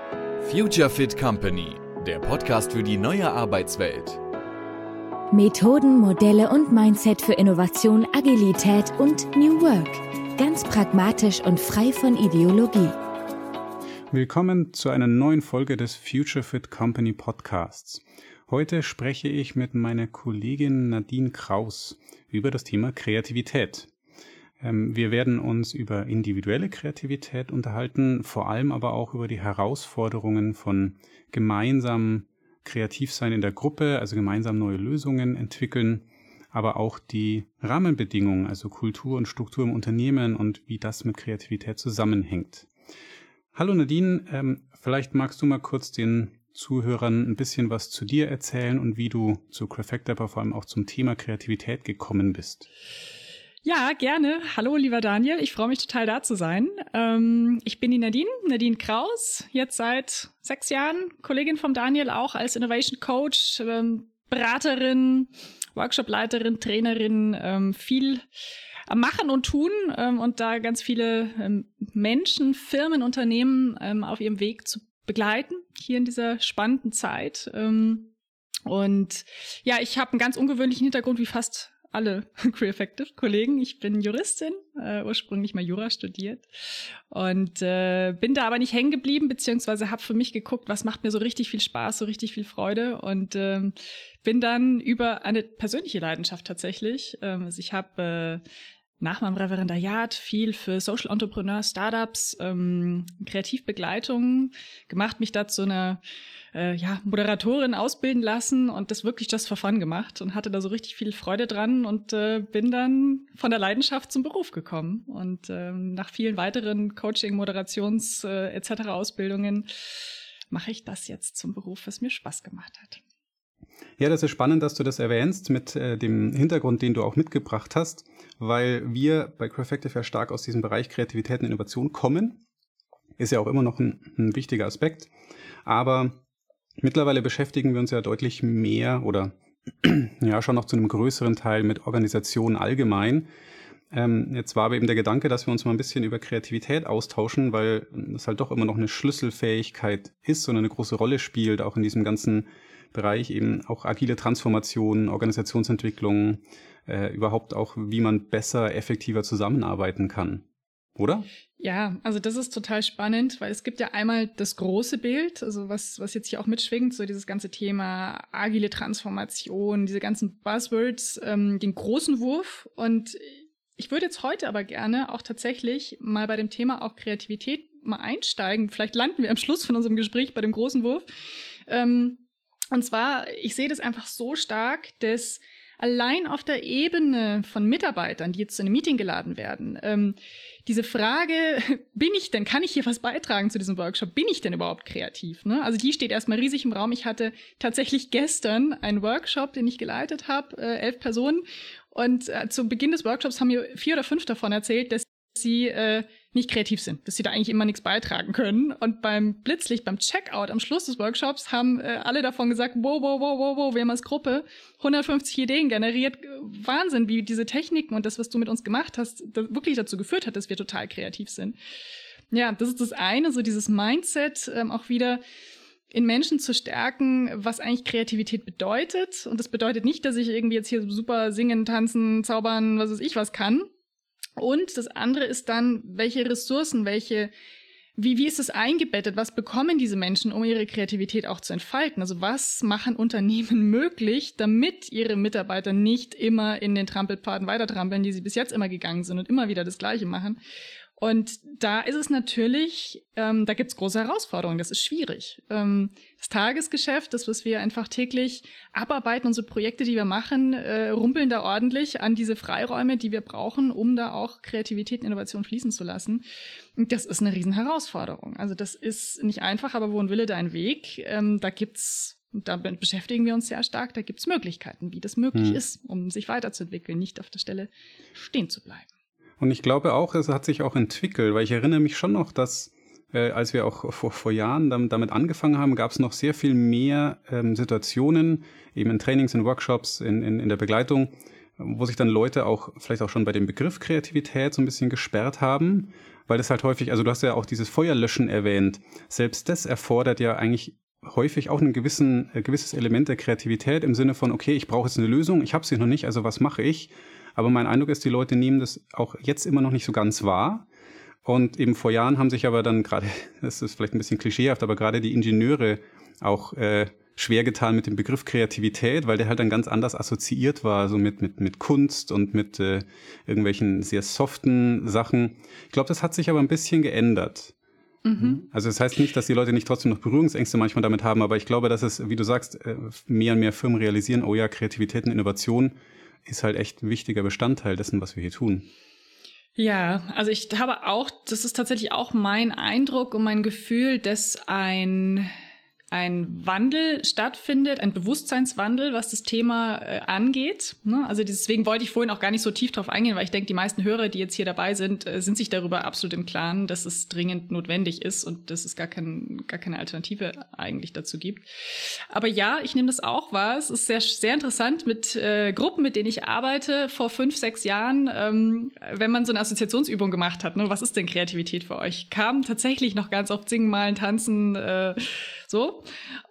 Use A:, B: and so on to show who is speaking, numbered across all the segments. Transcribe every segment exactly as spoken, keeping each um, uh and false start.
A: Future Fit Company, der Podcast für die neue Arbeitswelt.
B: Methoden, Modelle und Mindset für Innovation, Agilität und New Work. Ganz pragmatisch und frei von Ideologie.
C: Willkommen zu einer neuen Folge des Future Fit Company Podcasts. Heute spreche ich mit meiner Kollegin Nadine Kraus über das Thema Kreativität. Wir werden uns über individuelle Kreativität unterhalten, vor allem aber auch über die Herausforderungen von gemeinsam kreativ sein in der Gruppe, also gemeinsam neue Lösungen entwickeln, aber auch die Rahmenbedingungen, also Kultur und Struktur im Unternehmen und wie das mit Kreativität zusammenhängt. Hallo Nadine, ähm, vielleicht magst du mal kurz den Zuhörern ein bisschen was zu dir erzählen und wie du zu Crafactor, aber vor allem auch zum Thema Kreativität gekommen bist.
D: Ja, gerne. Hallo, lieber Daniel. Ich freue mich total, da zu sein. Ähm, ich bin die Nadine, Nadine Kraus, jetzt seit sechs Jahren Kollegin vom Daniel, auch als Innovation Coach, ähm, Beraterin, Workshopleiterin, Trainerin, ähm, viel am Machen und Tun ähm, und da ganz viele ähm, Menschen, Firmen, Unternehmen ähm, auf ihrem Weg zu begleiten, hier in dieser spannenden Zeit. Ähm, und ja, ich habe einen ganz ungewöhnlichen Hintergrund, wie fast alle Crafactor-Kollegen. Ich bin Juristin, äh, ursprünglich mal Jura studiert und äh, bin da aber nicht hängen geblieben, beziehungsweise habe für mich geguckt, was macht mir so richtig viel Spaß, so richtig viel Freude und äh, bin dann über eine persönliche Leidenschaft tatsächlich. Ähm, also ich habe äh, nach meinem Referendariat viel für Social Entrepreneur, Startups, ähm, Kreativbegleitung gemacht, mich da zu einer äh, ja, Moderatorin ausbilden lassen und das wirklich just for fun gemacht und hatte da so richtig viel Freude dran und äh, bin dann von der Leidenschaft zum Beruf gekommen. Und äh, nach vielen weiteren Coaching, Moderations äh, et cetera Ausbildungen mache ich das jetzt zum Beruf, was mir Spaß gemacht hat.
C: Ja, das ist spannend, dass du das erwähnst mit äh, dem Hintergrund, den du auch mitgebracht hast, weil wir bei Crafactor ja stark aus diesem Bereich Kreativität und Innovation kommen. Ist ja auch immer noch ein, ein wichtiger Aspekt. Aber mittlerweile beschäftigen wir uns ja deutlich mehr oder ja schon noch zu einem größeren Teil mit Organisationen allgemein. Ähm, jetzt war aber eben der Gedanke, dass wir uns mal ein bisschen über Kreativität austauschen, weil es halt doch immer noch eine Schlüsselfähigkeit ist und eine große Rolle spielt, auch in diesem ganzen Bereich eben auch agile Transformation, Organisationsentwicklung, äh, überhaupt auch, wie man besser, effektiver zusammenarbeiten kann, oder?
D: Ja, also das ist total spannend, weil es gibt ja einmal das große Bild, also was was jetzt hier auch mitschwingt, so dieses ganze Thema agile Transformation, diese ganzen Buzzwords, ähm, den großen Wurf. Und ich würde jetzt heute aber gerne auch tatsächlich mal bei dem Thema auch Kreativität mal einsteigen. Vielleicht landen wir am Schluss von unserem Gespräch bei dem großen Wurf. Ähm, Und zwar, ich sehe das einfach so stark, dass allein auf der Ebene von Mitarbeitern, die jetzt zu einem Meeting geladen werden, ähm, diese Frage, bin ich denn, kann ich hier was beitragen zu diesem Workshop? Bin ich denn überhaupt kreativ? Ne? Also die steht erstmal riesig im Raum. Ich hatte tatsächlich gestern einen Workshop, den ich geleitet habe, äh, elf Personen. Und äh, zu Beginn des Workshops haben mir vier oder fünf davon erzählt, dass sie äh, nicht kreativ sind, dass sie da eigentlich immer nichts beitragen können. Und beim Blitzlicht, beim Checkout am Schluss des Workshops haben äh, alle davon gesagt, wow, wow, wow, wow, wow, wir haben als Gruppe hundertfünfzig Ideen generiert. Wahnsinn, wie diese Techniken und das, was du mit uns gemacht hast, das wirklich dazu geführt hat, dass wir total kreativ sind. Ja, das ist das eine, so dieses Mindset, ähm, auch wieder in Menschen zu stärken, was eigentlich Kreativität bedeutet. Und das bedeutet nicht, dass ich irgendwie jetzt hier super singen, tanzen, zaubern, was weiß ich was kann. Und das andere ist dann, welche Ressourcen, welche, wie, wie ist es eingebettet? Was bekommen diese Menschen, um ihre Kreativität auch zu entfalten? Also was machen Unternehmen möglich, damit ihre Mitarbeiter nicht immer in den Trampelpfaden weitertrampeln, die sie bis jetzt immer gegangen sind und immer wieder das Gleiche machen? Und da ist es natürlich, ähm, da gibt's große Herausforderungen, das ist schwierig. Ähm, das Tagesgeschäft, das, was wir einfach täglich abarbeiten, unsere Projekte, die wir machen, äh, rumpeln da ordentlich an diese Freiräume, die wir brauchen, um da auch Kreativität und Innovation fließen zu lassen. Und das ist eine riesen Herausforderung. Also das ist nicht einfach, aber wo ein Wille, da ein Weg. Ähm, da gibt's, damit beschäftigen wir uns sehr stark, da gibt's Möglichkeiten, wie das möglich hm. ist, um sich weiterzuentwickeln, nicht auf der Stelle stehen zu bleiben.
C: Und ich glaube auch, es hat sich auch entwickelt, weil ich erinnere mich schon noch, dass äh, als wir auch vor, vor Jahren damit, damit angefangen haben, gab es noch sehr viel mehr ähm, Situationen, eben in Trainings, in Workshops, in, in, in der Begleitung, wo sich dann Leute auch vielleicht auch schon bei dem Begriff Kreativität so ein bisschen gesperrt haben, weil das halt häufig, also du hast ja auch dieses Feuerlöschen erwähnt, selbst das erfordert ja eigentlich häufig auch ein gewissen, ein gewisses Element der Kreativität im Sinne von, okay, ich brauche jetzt eine Lösung, ich habe sie noch nicht, also was mache ich? Aber mein Eindruck ist, die Leute nehmen das auch jetzt immer noch nicht so ganz wahr. Und eben vor Jahren haben sich aber dann gerade, das ist vielleicht ein bisschen klischeehaft, aber gerade die Ingenieure auch äh, schwer getan mit dem Begriff Kreativität, weil der halt dann ganz anders assoziiert war, so mit, mit, mit Kunst und mit äh, irgendwelchen sehr soften Sachen. Ich glaube, das hat sich aber ein bisschen geändert. Mhm. Also das heißt nicht, dass die Leute nicht trotzdem noch Berührungsängste manchmal damit haben, aber ich glaube, dass es, wie du sagst, mehr und mehr Firmen realisieren, oh ja, Kreativität und Innovation ist halt echt ein wichtiger Bestandteil dessen, was wir hier tun.
D: Ja, also ich habe auch, das ist tatsächlich auch mein Eindruck und mein Gefühl, dass ein ein Wandel stattfindet, ein Bewusstseinswandel, was das Thema äh, angeht. Ne? Also deswegen wollte ich vorhin auch gar nicht so tief drauf eingehen, weil ich denke, die meisten Hörer, die jetzt hier dabei sind, äh, sind sich darüber absolut im Klaren, dass es dringend notwendig ist und dass es gar, kein, gar keine Alternative eigentlich dazu gibt. Aber ja, ich nehme das auch wahr. Es ist sehr, sehr interessant mit äh, Gruppen, mit denen ich arbeite, vor fünf, sechs Jahren, ähm, wenn man so eine Assoziationsübung gemacht hat. Ne? Was ist denn Kreativität für euch? Kam tatsächlich noch ganz oft Singen, Malen, Tanzen, äh, so.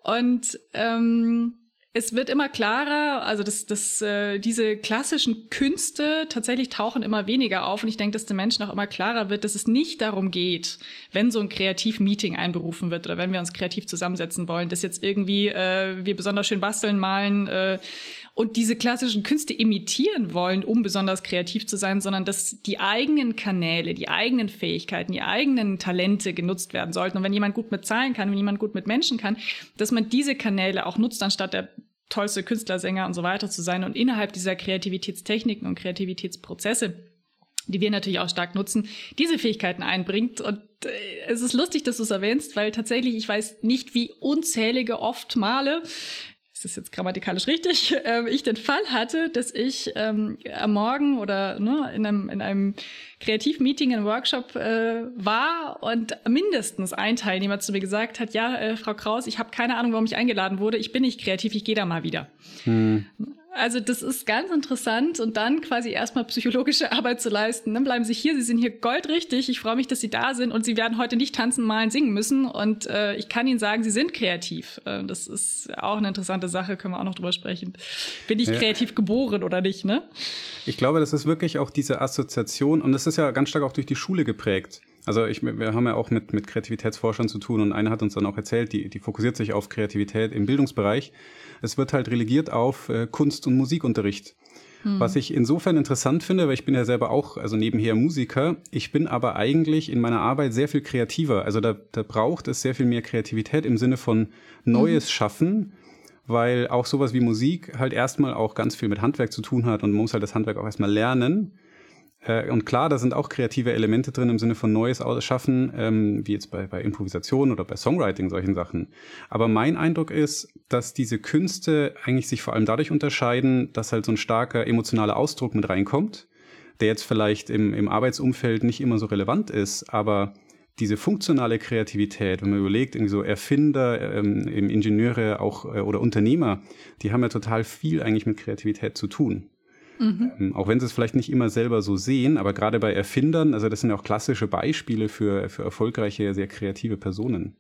D: Und ähm, es wird immer klarer, also das, das, äh, diese klassischen Künste tatsächlich tauchen immer weniger auf. Und ich denke, dass den Menschen auch immer klarer wird, dass es nicht darum geht, wenn so ein Kreativ-Meeting einberufen wird oder wenn wir uns kreativ zusammensetzen wollen, dass jetzt irgendwie äh, wir besonders schön basteln, malen äh, und diese klassischen Künste imitieren wollen, um besonders kreativ zu sein, sondern dass die eigenen Kanäle, die eigenen Fähigkeiten, die eigenen Talente genutzt werden sollten. Und wenn jemand gut mit Zahlen kann, wenn jemand gut mit Menschen kann, dass man diese Kanäle auch nutzt, anstatt der tollste Künstler, Sänger und so weiter zu sein und innerhalb dieser Kreativitätstechniken und Kreativitätsprozesse, die wir natürlich auch stark nutzen, diese Fähigkeiten einbringt. Und äh, es ist lustig, dass du es erwähnst, weil tatsächlich, ich weiß nicht, wie unzählige oft Male, ist das jetzt grammatikalisch richtig, äh, ich den Fall hatte, dass ich ähm, am Morgen oder ne, in einem, in einem Kreativmeeting, in einem Workshop äh, war und mindestens ein Teilnehmer zu mir gesagt hat, ja, äh, Frau Kraus, ich habe keine Ahnung, warum ich eingeladen wurde, ich bin nicht kreativ, ich gehe da mal wieder. Hm. Also das ist ganz interessant und dann quasi erstmal psychologische Arbeit zu leisten. Dann bleiben Sie hier, Sie sind hier goldrichtig. Ich freue mich, dass Sie da sind und Sie werden heute nicht tanzen, malen, singen müssen. Und äh, ich kann Ihnen sagen, Sie sind kreativ. Äh, das ist auch eine interessante Sache, können wir auch noch drüber sprechen. Bin ich ja kreativ geboren oder nicht, ne?
C: Ich glaube, das ist wirklich auch diese Assoziation und das ist ja ganz stark auch durch die Schule geprägt. Also ich, wir haben ja auch mit, mit Kreativitätsforschern zu tun und eine hat uns dann auch erzählt, die, die fokussiert sich auf Kreativität im Bildungsbereich. Es wird halt relegiert auf äh, Kunst- und Musikunterricht. Hm. Was ich insofern interessant finde, weil ich bin ja selber auch, also nebenher Musiker, ich bin aber eigentlich in meiner Arbeit sehr viel kreativer. Also da, da braucht es sehr viel mehr Kreativität im Sinne von Neues hm. schaffen, weil auch sowas wie Musik halt erstmal auch ganz viel mit Handwerk zu tun hat und man muss halt das Handwerk auch erstmal lernen. Und klar, da sind auch kreative Elemente drin im Sinne von Neues schaffen, ähm, wie jetzt bei, bei Improvisation oder bei Songwriting, solchen Sachen. Aber mein Eindruck ist, dass diese Künste eigentlich sich vor allem dadurch unterscheiden, dass halt so ein starker emotionaler Ausdruck mit reinkommt, der jetzt vielleicht im, im Arbeitsumfeld nicht immer so relevant ist, aber diese funktionale Kreativität, wenn man überlegt, irgendwie so Erfinder, ähm, Ingenieure auch äh, oder Unternehmer, die haben ja total viel eigentlich mit Kreativität zu tun. Mhm. Ähm, auch wenn sie es vielleicht nicht immer selber so sehen, aber gerade bei Erfindern, also das sind ja auch klassische Beispiele für, für erfolgreiche, sehr kreative Personen.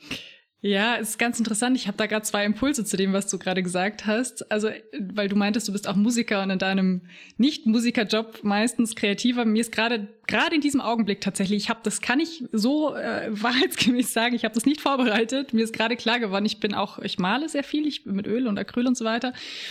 D: Ja, es ist ganz interessant. Ich habe da gerade zwei Impulse zu dem, was du gerade gesagt hast. Also, weil du meintest, du bist auch Musiker und in deinem Nicht-Musiker-Job meistens kreativer. Mir ist gerade gerade in diesem Augenblick tatsächlich, ich habe das kann ich so äh, wahrheitsgemäß sagen, ich habe das nicht vorbereitet. Mir ist gerade klar geworden, ich bin auch, ich male sehr viel, ich bin mit Öl und Acryl und so weiter.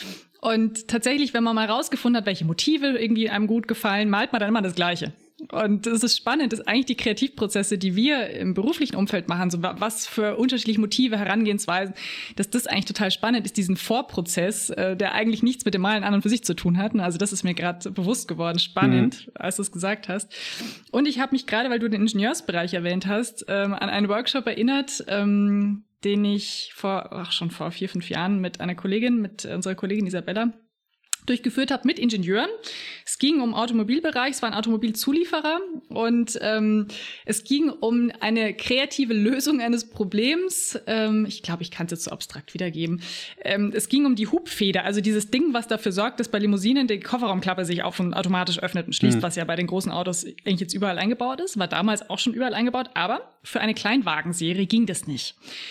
D: Und tatsächlich, wenn man mal rausgefunden hat, welche Motive irgendwie einem gut gefallen, malt man dann immer das Gleiche. Und es ist spannend, dass eigentlich die Kreativprozesse, die wir im beruflichen Umfeld machen, so was für unterschiedliche Motive, Herangehensweisen, dass das eigentlich total spannend ist, diesen Vorprozess, äh, der eigentlich nichts mit dem Malen an und für sich zu tun hat. Also das ist mir gerade bewusst geworden, spannend, mhm. als du es gesagt hast. Und ich habe mich gerade, weil du den Ingenieursbereich erwähnt hast, ähm, an einen Workshop erinnert, ähm, den ich vor, ach schon vor vier, fünf Jahren mit einer Kollegin, mit unserer Kollegin Isabella durchgeführt habe mit Ingenieuren. Es ging um Automobilbereich, es war ein Automobilzulieferer und ähm, es ging um eine kreative Lösung eines Problems. Ähm, ich glaube, ich kann es jetzt so abstrakt wiedergeben. Ähm, es ging um die Hubfeder, also dieses Ding, was dafür sorgt, dass bei Limousinen die Kofferraumklappe sich auf und automatisch öffnet und schließt, mhm. was ja bei den großen Autos eigentlich jetzt überall eingebaut ist, war damals auch schon überall eingebaut, aber für eine Kleinwagenserie ging das nicht,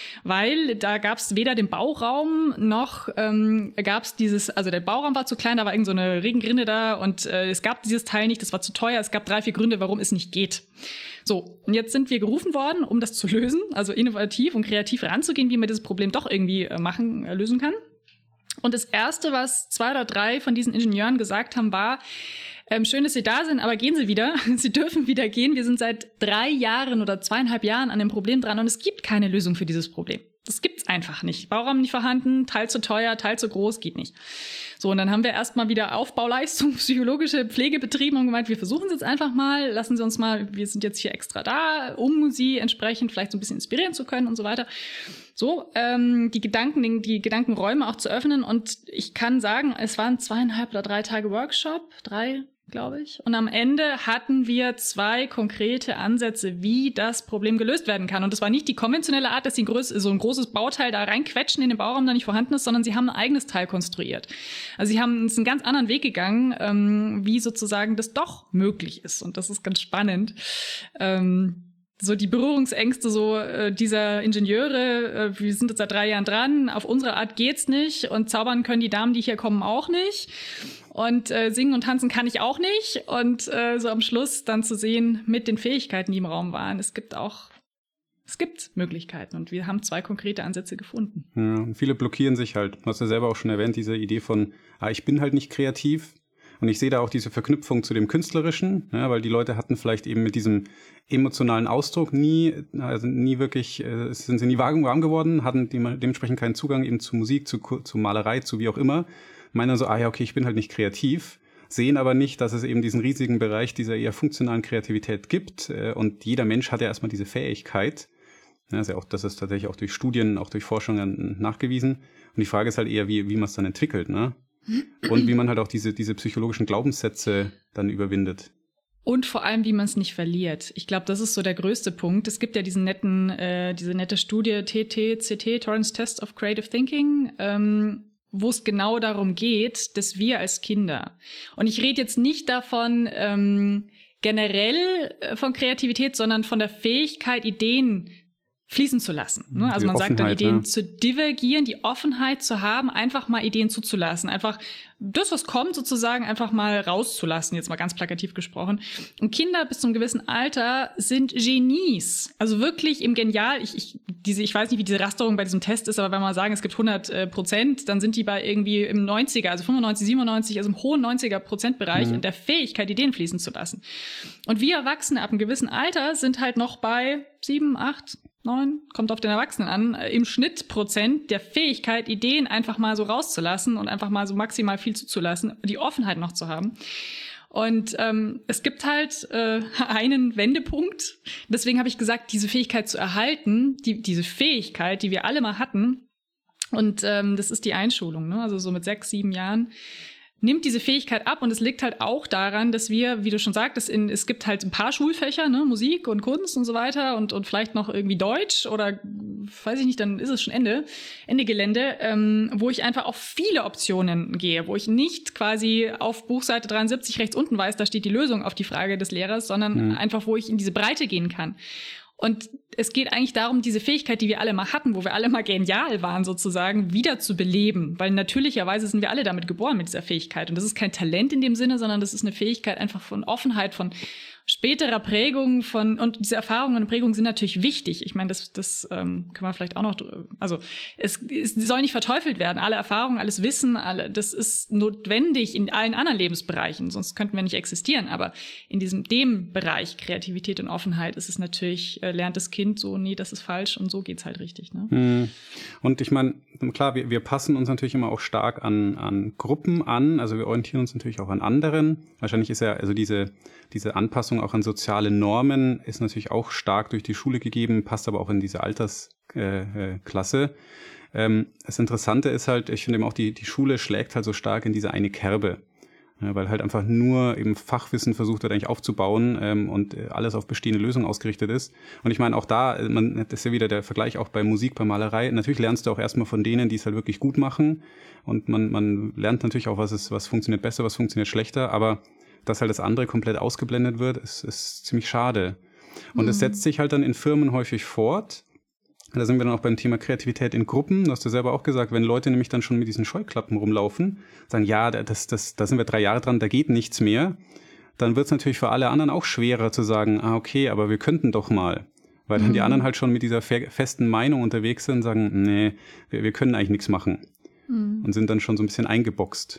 D: weil da gab es weder den Bauraum noch ähm, gab es dieses, also der Bauraum war zu klein, da war irgend so eine Regenrinne da und äh, es gab dieses Teil nicht, das war zu teuer. Es gab drei, vier Gründe, warum es nicht geht. So, und jetzt sind wir gerufen worden, um das zu lösen, also innovativ und kreativ ranzugehen, wie man dieses Problem doch irgendwie äh, machen, äh, lösen kann. Und das Erste, was zwei oder drei von diesen Ingenieuren gesagt haben, war, ähm, schön, dass Sie da sind, aber gehen Sie wieder. Sie dürfen wieder gehen. Wir sind seit drei Jahren oder zweieinhalb Jahren an dem Problem dran und es gibt keine Lösung für dieses Problem. Das gibt's einfach nicht. Bauraum nicht vorhanden, Teil zu teuer, Teil zu groß, geht nicht. So, und dann haben wir erstmal wieder Aufbauleistung, psychologische Pflege betrieben und gemeint, wir versuchen es jetzt einfach mal, lassen Sie uns mal, wir sind jetzt hier extra da, um Sie entsprechend vielleicht so ein bisschen inspirieren zu können und so weiter. So, ähm, die Gedanken, die Gedankenräume auch zu öffnen und ich kann sagen, es waren zweieinhalb oder drei Tage Workshop, drei, glaube ich. Und am Ende hatten wir zwei konkrete Ansätze, wie das Problem gelöst werden kann. Und das war nicht die konventionelle Art, dass sie ein größ- so ein großes Bauteil da reinquetschen in den Bauraum, der nicht vorhanden ist, sondern sie haben ein eigenes Teil konstruiert. Also sie haben uns einen ganz anderen Weg gegangen, ähm, wie sozusagen das doch möglich ist. Und das ist ganz spannend. Ähm, so die Berührungsängste so äh, dieser Ingenieure, äh, wir sind jetzt seit drei Jahren dran, auf unsere Art geht's nicht und zaubern können die Damen, die hier kommen, auch nicht und äh, singen und tanzen kann ich auch nicht und äh, so am Schluss dann zu sehen mit den Fähigkeiten, die im Raum waren, es gibt auch es gibt Möglichkeiten und wir haben zwei konkrete Ansätze gefunden.
C: Ja, und viele blockieren sich halt. Du hast ja selber auch schon erwähnt, diese Idee von, ah, ich bin halt nicht kreativ. Und ich sehe da auch diese Verknüpfung zu dem Künstlerischen, ja, weil die Leute hatten vielleicht eben mit diesem emotionalen Ausdruck nie, also nie wirklich, äh, sind sie nie warm, warm geworden, hatten dem, dementsprechend keinen Zugang eben zu Musik, zu, zu Malerei, zu wie auch immer. Meinen so, ah ja, okay, ich bin halt nicht kreativ, sehen aber nicht, dass es eben diesen riesigen Bereich dieser eher funktionalen Kreativität gibt. Äh, und jeder Mensch hat ja erstmal diese Fähigkeit. Ja, also auch, das ist tatsächlich auch durch Studien, auch durch Forschungen nachgewiesen. Und die Frage ist halt eher, wie, wie man es dann entwickelt, ne? Und wie man halt auch diese, diese psychologischen Glaubenssätze dann überwindet.
D: Und vor allem, wie man es nicht verliert. Ich glaube, das ist so der größte Punkt. Es gibt ja diesen netten, äh, diese nette Studie T T C T, Torrance Test of Creative Thinking, ähm, wo es genau darum geht, dass wir als Kinder, und ich rede jetzt nicht davon ähm, generell von Kreativität, sondern von der Fähigkeit, Ideen fließen zu lassen. Ne? Also man sagt dann, Ideen ja. zu divergieren, die Offenheit zu haben, einfach mal Ideen zuzulassen, einfach das, was kommt, sozusagen einfach mal rauszulassen, jetzt mal ganz plakativ gesprochen. Und Kinder bis zum gewissen Alter sind Genies. Also wirklich im Genial, ich, ich, diese, ich weiß nicht, wie diese Rasterung bei diesem Test ist, aber wenn man sagen, es gibt hundert Prozent, dann sind die bei irgendwie im neunziger, also fünfundneunzig, siebenundneunzig, also im hohen neunziger Prozent-Bereich mhm. der Fähigkeit, Ideen fließen zu lassen. Und wir Erwachsene ab einem gewissen Alter sind halt noch bei sieben, acht, neun, kommt auf den Erwachsenen an, im Schnitt Prozent der Fähigkeit, Ideen einfach mal so rauszulassen und einfach mal so maximal viel zuzulassen, die Offenheit noch zu haben. Und ähm, es gibt halt äh, einen Wendepunkt. Deswegen habe ich gesagt, diese Fähigkeit zu erhalten, die, diese Fähigkeit, die wir alle mal hatten, und ähm, das ist die Einschulung, ne? Also so mit sechs, sieben Jahren, nimmt diese Fähigkeit ab und es liegt halt auch daran, dass wir, wie du schon sagtest, in, es gibt halt ein paar Schulfächer, ne, Musik und Kunst und so weiter und, und vielleicht noch irgendwie Deutsch oder weiß ich nicht, dann ist es schon Ende, Ende Gelände, ähm, wo ich einfach auf viele Optionen gehe, wo ich nicht quasi auf Buchseite dreiundsiebzig rechts unten weiß, da steht die Lösung auf die Frage des Lehrers, sondern mhm. einfach, wo ich in diese Breite gehen kann. Und es geht eigentlich darum, diese Fähigkeit, die wir alle mal hatten, wo wir alle mal genial waren sozusagen, wieder zu beleben. Weil natürlicherweise sind wir alle damit geboren mit dieser Fähigkeit. Und das ist kein Talent in dem Sinne, sondern das ist eine Fähigkeit einfach von Offenheit, von späterer Prägung von, und diese Erfahrungen und Prägungen sind natürlich wichtig. Ich meine, das, das ähm, können wir vielleicht auch noch, also es, es soll nicht verteufelt werden. Alle Erfahrungen, alles Wissen, alle, das ist notwendig in allen anderen Lebensbereichen, sonst könnten wir nicht existieren. Aber in diesem dem Bereich Kreativität und Offenheit ist es natürlich, äh, lernt das Kind so, nee, das ist falsch und so geht's halt richtig. Ne?
C: Und ich meine, klar, wir, wir passen uns natürlich immer auch stark an, an Gruppen an, also wir orientieren uns natürlich auch an anderen. Wahrscheinlich ist ja also diese, diese Anpassung Anpassung auch an soziale Normen ist natürlich auch stark durch die Schule gegeben, passt aber auch in diese Altersklasse. Äh, ähm, das Interessante ist halt, ich finde eben auch, die, die Schule schlägt halt so stark in diese eine Kerbe. Ja, weil halt einfach nur eben Fachwissen versucht wird eigentlich aufzubauen ähm, und alles auf bestehende Lösungen ausgerichtet ist. Und ich meine auch da, man, das ist ja wieder der Vergleich auch bei Musik, bei Malerei. Natürlich lernst du auch erstmal von denen, die es halt wirklich gut machen. Und man, man lernt natürlich auch, was ist, was funktioniert besser, was funktioniert schlechter. Aber dass halt das andere komplett ausgeblendet wird, ist, ist ziemlich schade. Und es mhm. setzt sich halt dann in Firmen häufig fort. Da sind wir dann auch beim Thema Kreativität in Gruppen. Du hast ja selber auch gesagt, wenn Leute nämlich dann schon mit diesen Scheuklappen rumlaufen, sagen, ja, das, das, da sind wir drei Jahre dran, da geht nichts mehr, dann wird es natürlich für alle anderen auch schwerer zu sagen, ah, okay, aber wir könnten doch mal. Weil dann mhm. die anderen halt schon mit dieser fe- festen Meinung unterwegs sind und sagen, nee, wir, wir können eigentlich nichts machen. Mhm. Und sind dann schon so ein bisschen eingeboxt.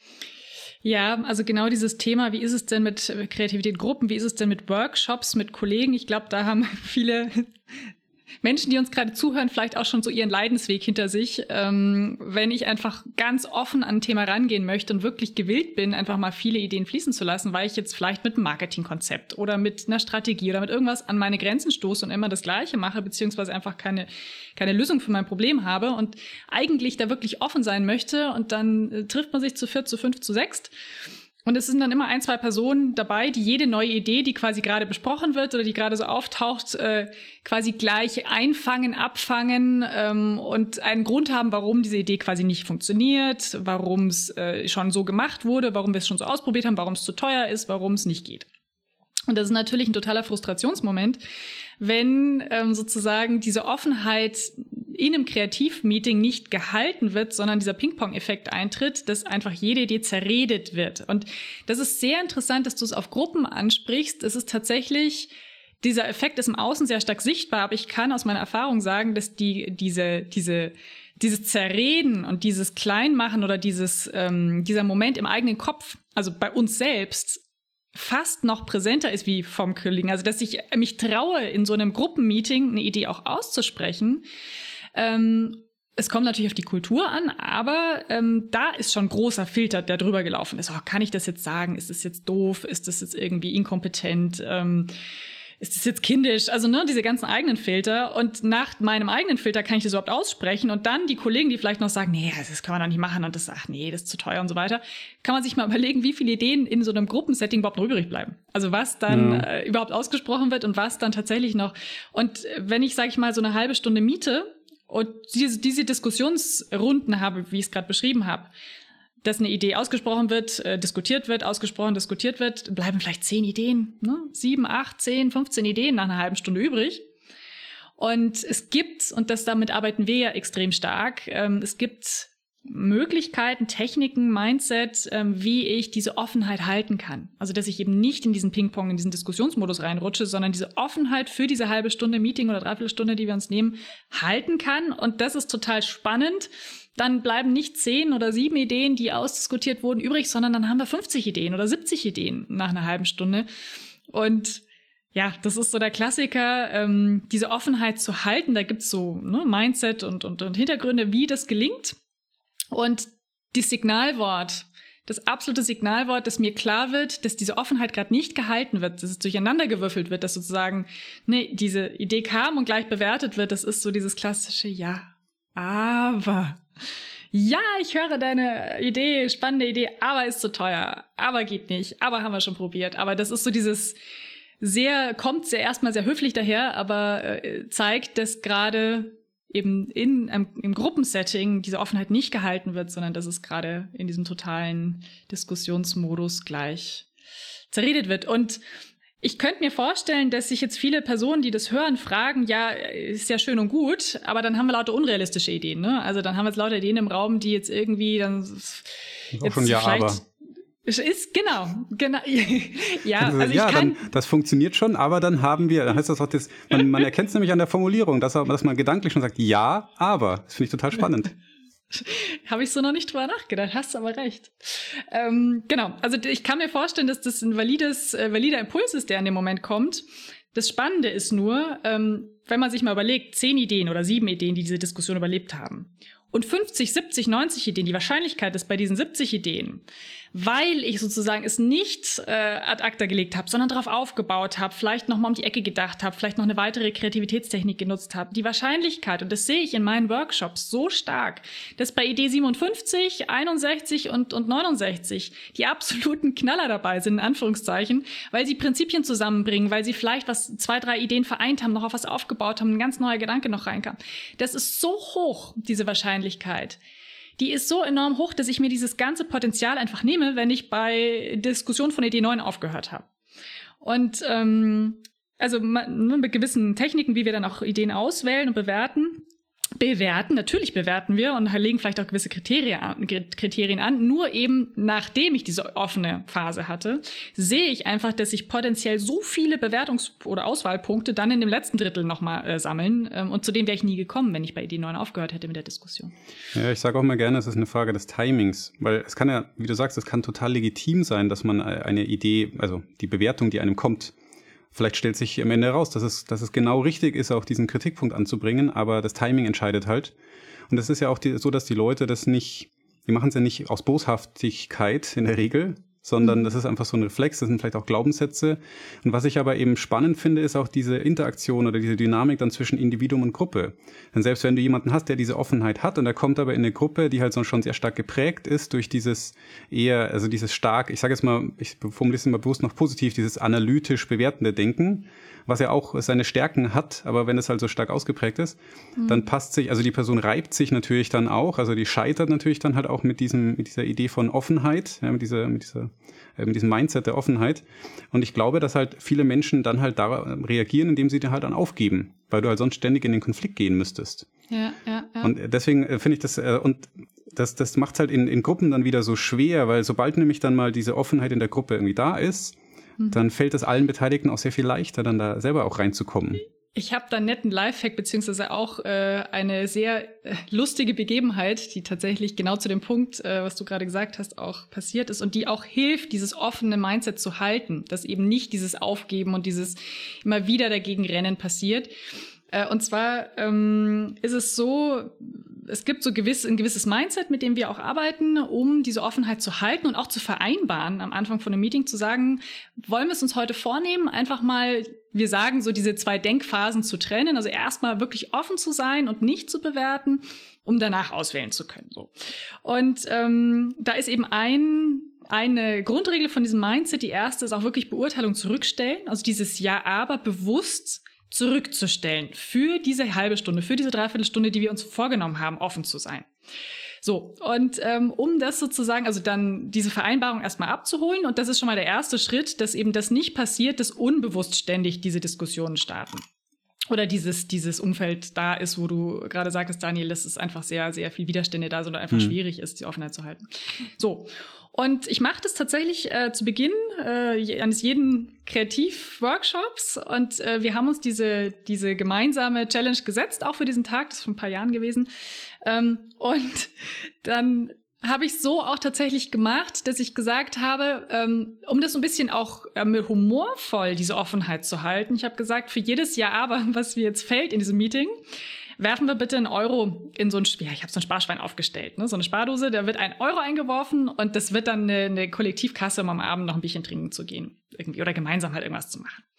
D: Ja, also genau dieses Thema, wie ist es denn mit Kreativität in Gruppen, wie ist es denn mit Workshops, mit Kollegen? Ich glaube, da haben viele Menschen, die uns gerade zuhören, vielleicht auch schon so ihren Leidensweg hinter sich. Ähm, wenn ich einfach ganz offen an ein Thema rangehen möchte und wirklich gewillt bin, einfach mal viele Ideen fließen zu lassen, weil ich jetzt vielleicht mit einem Marketingkonzept oder mit einer Strategie oder mit irgendwas an meine Grenzen stoße und immer das Gleiche mache, beziehungsweise einfach keine, keine Lösung für mein Problem habe und eigentlich da wirklich offen sein möchte und dann äh, trifft man sich zu viert, zu fünf, zu sechst. Und es sind dann immer ein, zwei Personen dabei, die jede neue Idee, die quasi gerade besprochen wird oder die gerade so auftaucht, äh, quasi gleich einfangen, abfangen ähm, und einen Grund haben, warum diese Idee quasi nicht funktioniert, warum es äh, schon so gemacht wurde, warum wir es schon so ausprobiert haben, warum es zu teuer ist, warum es nicht geht. Und das ist natürlich ein totaler Frustrationsmoment, wenn ähm, sozusagen diese Offenheit in einem Kreativmeeting nicht gehalten wird, sondern dieser Ping-Pong-Effekt eintritt, dass einfach jede Idee zerredet wird. Und das ist sehr interessant, dass du es auf Gruppen ansprichst. Es ist tatsächlich, dieser Effekt ist im Außen sehr stark sichtbar, aber ich kann aus meiner Erfahrung sagen, dass die diese diese dieses Zerreden und dieses Kleinmachen oder dieses ähm, dieser Moment im eigenen Kopf, also bei uns selbst, fast noch präsenter ist wie vom Kollegen. Also, dass ich mich traue, in so einem Gruppenmeeting eine Idee auch auszusprechen. Ähm, es kommt natürlich auf die Kultur an, aber ähm, da ist schon ein großer Filter, der drüber gelaufen ist. Oh, kann ich das jetzt sagen? Ist das jetzt doof? Ist das jetzt irgendwie inkompetent? Ähm, ist das jetzt kindisch? Also ne, diese ganzen eigenen Filter. Und nach meinem eigenen Filter kann ich das überhaupt aussprechen. Und dann die Kollegen, die vielleicht noch sagen, nee, das kann man doch nicht machen. Und das, ach nee, das ist zu teuer und so weiter. Kann man sich mal überlegen, wie viele Ideen in so einem Gruppensetting überhaupt noch übrig bleiben. Also was dann ja. äh, überhaupt ausgesprochen wird und was dann tatsächlich noch. Und wenn ich, sage ich mal, so eine halbe Stunde miete und diese, diese Diskussionsrunden habe, wie ich es gerade beschrieben habe, dass eine Idee ausgesprochen wird, äh, diskutiert wird, ausgesprochen, diskutiert wird, bleiben vielleicht zehn Ideen, ne? Sieben, acht, zehn, fünfzehn Ideen nach einer halben Stunde übrig. Und es gibt, und das damit arbeiten wir ja extrem stark, ähm, es gibt Möglichkeiten, Techniken, Mindset, ähm, wie ich diese Offenheit halten kann. Also, dass ich eben nicht in diesen Ping-Pong, in diesen Diskussionsmodus reinrutsche, sondern diese Offenheit für diese halbe Stunde Meeting oder Dreiviertelstunde, die wir uns nehmen, halten kann. Und das ist total spannend. Dann bleiben nicht zehn oder sieben Ideen, die ausdiskutiert wurden, übrig, sondern dann haben wir fünfzig Ideen oder siebzig Ideen nach einer halben Stunde. Und ja, das ist so der Klassiker, ähm, diese Offenheit zu halten. Da gibt's so ne, Mindset und, und, und Hintergründe, wie das gelingt. Und das Signalwort, das absolute Signalwort, dass mir klar wird, dass diese Offenheit gerade nicht gehalten wird, dass es durcheinander gewürfelt wird, dass sozusagen ne, diese Idee kam und gleich bewertet wird, das ist so dieses klassische Ja, aber... Ja, ich höre deine Idee, spannende Idee, aber ist zu teuer, aber geht nicht, aber haben wir schon probiert. Aber das ist so dieses sehr, kommt sehr erstmal sehr höflich daher, aber äh, zeigt, dass gerade eben in einem, im Gruppensetting diese Offenheit nicht gehalten wird, sondern dass es gerade in diesem totalen Diskussionsmodus gleich zerredet wird. Und ich könnte mir vorstellen, dass sich jetzt viele Personen, die das hören, fragen, ja, ist ja schön und gut, aber dann haben wir lauter unrealistische Ideen, ne? Also dann haben wir jetzt lauter Ideen im Raum, die jetzt irgendwie dann
C: jetzt auch schon ja, aber
D: ist genau, genau. ja, also ich
C: ja,
D: kann
C: dann, das funktioniert schon, aber dann haben wir, dann heißt das auch, das, man, man erkennt es nämlich an der Formulierung, dass, dass man gedanklich schon sagt, ja, aber. Das finde ich total spannend.
D: Habe ich so noch nicht drüber nachgedacht, hast aber recht. Ähm, genau, also ich kann mir vorstellen, dass das ein valides, äh, valider Impuls ist, der in dem Moment kommt. Das Spannende ist nur, ähm, wenn man sich mal überlegt, zehn Ideen oder sieben Ideen, die diese Diskussion überlebt haben. Und fünfzig, siebzig, neunzig Ideen, die Wahrscheinlichkeit ist bei diesen siebzig Ideen, weil ich sozusagen es nicht äh, ad acta gelegt habe, sondern darauf aufgebaut habe, vielleicht noch mal um die Ecke gedacht habe, vielleicht noch eine weitere Kreativitätstechnik genutzt habe. Die Wahrscheinlichkeit, und das sehe ich in meinen Workshops so stark, dass bei Idee siebenundfünfzig, einundsechzig und, und neunundsechzig die absoluten Knaller dabei sind, in Anführungszeichen, weil sie Prinzipien zusammenbringen, weil sie vielleicht was zwei, drei Ideen vereint haben, noch auf was aufgebaut haben, ein ganz neuer Gedanke noch reinkam. Das ist so hoch, diese Wahrscheinlichkeit. Die ist so enorm hoch, dass ich mir dieses ganze Potenzial einfach nehme, wenn ich bei Diskussion von Idee neun aufgehört habe. Und ähm, also mit gewissen Techniken, wie wir dann auch Ideen auswählen und bewerten, bewerten, natürlich bewerten wir und legen vielleicht auch gewisse Kriterien an, Kriterien an. Nur eben, nachdem ich diese offene Phase hatte, sehe ich einfach, dass sich potenziell so viele Bewertungs- oder Auswahlpunkte dann in dem letzten Drittel nochmal äh, sammeln. Ähm, und zu denen wäre ich nie gekommen, wenn ich bei Idee neun aufgehört hätte mit der Diskussion.
C: Ja, ich sage auch mal gerne, es ist eine Frage des Timings. Weil es kann ja, wie du sagst, es kann total legitim sein, dass man eine Idee, also die Bewertung, die einem kommt, vielleicht stellt sich am Ende heraus, dass es, dass es genau richtig ist, auch diesen Kritikpunkt anzubringen, aber das Timing entscheidet halt. Und es ist ja auch die, so, dass die Leute das nicht, die machen es ja nicht aus Boshaftigkeit in der Regel, sondern das ist einfach so ein Reflex, das sind vielleicht auch Glaubenssätze. Und was ich aber eben spannend finde, ist auch diese Interaktion oder diese Dynamik dann zwischen Individuum und Gruppe. Denn selbst wenn du jemanden hast, der diese Offenheit hat und er kommt aber in eine Gruppe, die halt so schon sehr stark geprägt ist durch dieses eher, also dieses stark, ich sage jetzt mal, ich formuliere es mal bewusst noch positiv, dieses analytisch bewertende Denken, was ja auch seine Stärken hat, aber wenn es halt so stark ausgeprägt ist, mhm. dann passt sich, also die Person reibt sich natürlich dann auch, also die scheitert natürlich dann halt auch mit diesem, mit dieser Idee von Offenheit, ja, mit dieser, mit dieser, äh, mit diesem Mindset der Offenheit. Und ich glaube, dass halt viele Menschen dann halt da reagieren, indem sie dann halt dann aufgeben, weil du halt sonst ständig in den Konflikt gehen müsstest.
D: Ja, ja, ja.
C: Und deswegen äh, finde ich das, äh, und das, das macht halt in, in Gruppen dann wieder so schwer, weil sobald nämlich dann mal diese Offenheit in der Gruppe irgendwie da ist, dann fällt es allen Beteiligten auch sehr viel leichter, dann da selber auch reinzukommen.
D: Ich habe da einen netten Lifehack, beziehungsweise auch äh, eine sehr äh, lustige Begebenheit, die tatsächlich genau zu dem Punkt, äh, was du gerade gesagt hast, auch passiert ist und die auch hilft, dieses offene Mindset zu halten, dass eben nicht dieses Aufgeben und dieses immer wieder dagegen Rennen passiert. Äh, und zwar ähm, ist es so, es gibt so gewiss, ein gewisses Mindset, mit dem wir auch arbeiten, um diese Offenheit zu halten und auch zu vereinbaren, am Anfang von einem Meeting zu sagen, wollen wir es uns heute vornehmen, einfach mal, wir sagen, so diese zwei Denkphasen zu trennen, also erstmal wirklich offen zu sein und nicht zu bewerten, um danach auswählen zu können. So. Und ähm, da ist eben ein Eine Grundregel von diesem Mindset, die erste ist auch wirklich Beurteilung zurückstellen, also dieses Ja-Aber bewusst zurückzustellen für diese halbe Stunde, für diese Dreiviertelstunde, die wir uns vorgenommen haben, offen zu sein. So, und ähm, um das sozusagen, also dann diese Vereinbarung erstmal abzuholen, und das ist schon mal der erste Schritt, dass eben das nicht passiert, dass unbewusst ständig diese Diskussionen starten. Oder dieses, dieses Umfeld da ist, wo du gerade sagtest, Daniel, dass es einfach sehr, sehr viel Widerstände da sind oder einfach mhm. schwierig ist, die Offenheit zu halten. So. Und ich mache das tatsächlich äh, zu Beginn äh, eines jeden Kreativ-Workshops. Und äh, wir haben uns diese, diese gemeinsame Challenge gesetzt, auch für diesen Tag. Das ist vor ein paar Jahren gewesen. Ähm, und dann habe ich so auch tatsächlich gemacht, dass ich gesagt habe, ähm, um das so ein bisschen auch ähm, humorvoll, diese Offenheit zu halten. Ich habe gesagt, für jedes Ja-Aber, was mir jetzt fällt in diesem Meeting, werfen wir bitte einen Euro in so ein, ja, ich habe so ein Sparschwein aufgestellt, ne, so eine Spardose, da wird ein Euro eingeworfen und das wird dann eine, eine Kollektivkasse, um am Abend noch ein Bierchen trinken zu gehen, irgendwie, oder gemeinsam halt irgendwas zu machen.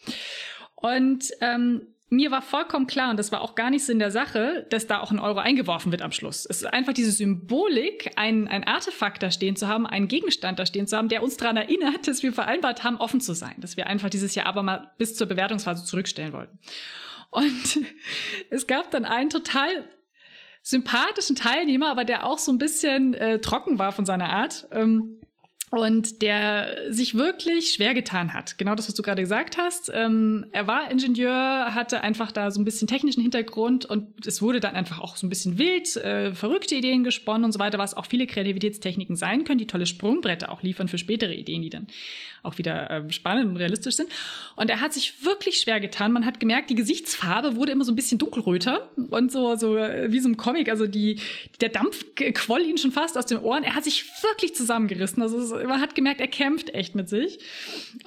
D: Und ähm, mir war vollkommen klar, und das war auch gar nicht Sinn der Sache, dass da auch ein Euro eingeworfen wird am Schluss. Es ist einfach diese Symbolik, ein, ein Artefakt da stehen zu haben, einen Gegenstand da stehen zu haben, der uns daran erinnert, dass wir vereinbart haben, offen zu sein, dass wir einfach dieses Jahr aber mal bis zur Bewertungsphase zurückstellen wollten. Und es gab dann einen total sympathischen Teilnehmer, aber der auch so ein bisschen äh, trocken war von seiner Art. Ähm, und der sich wirklich schwer getan hat. Genau das, was du gerade gesagt hast. Ähm, er war Ingenieur, hatte einfach da so ein bisschen technischen Hintergrund und es wurde dann einfach auch so ein bisschen wild, äh, verrückte Ideen gesponnen und so weiter, was auch viele Kreativitätstechniken sein können, die tolle Sprungbretter auch liefern für spätere Ideen, die dann auch wieder äh, spannend und realistisch sind. Und er hat sich wirklich schwer getan. Man hat gemerkt, die Gesichtsfarbe wurde immer so ein bisschen dunkelröter und so, so wie so ein Comic. Also die, der Dampf quoll ihn schon fast aus den Ohren. Er hat sich wirklich zusammengerissen. Also es, man hat gemerkt, er kämpft echt mit sich. Und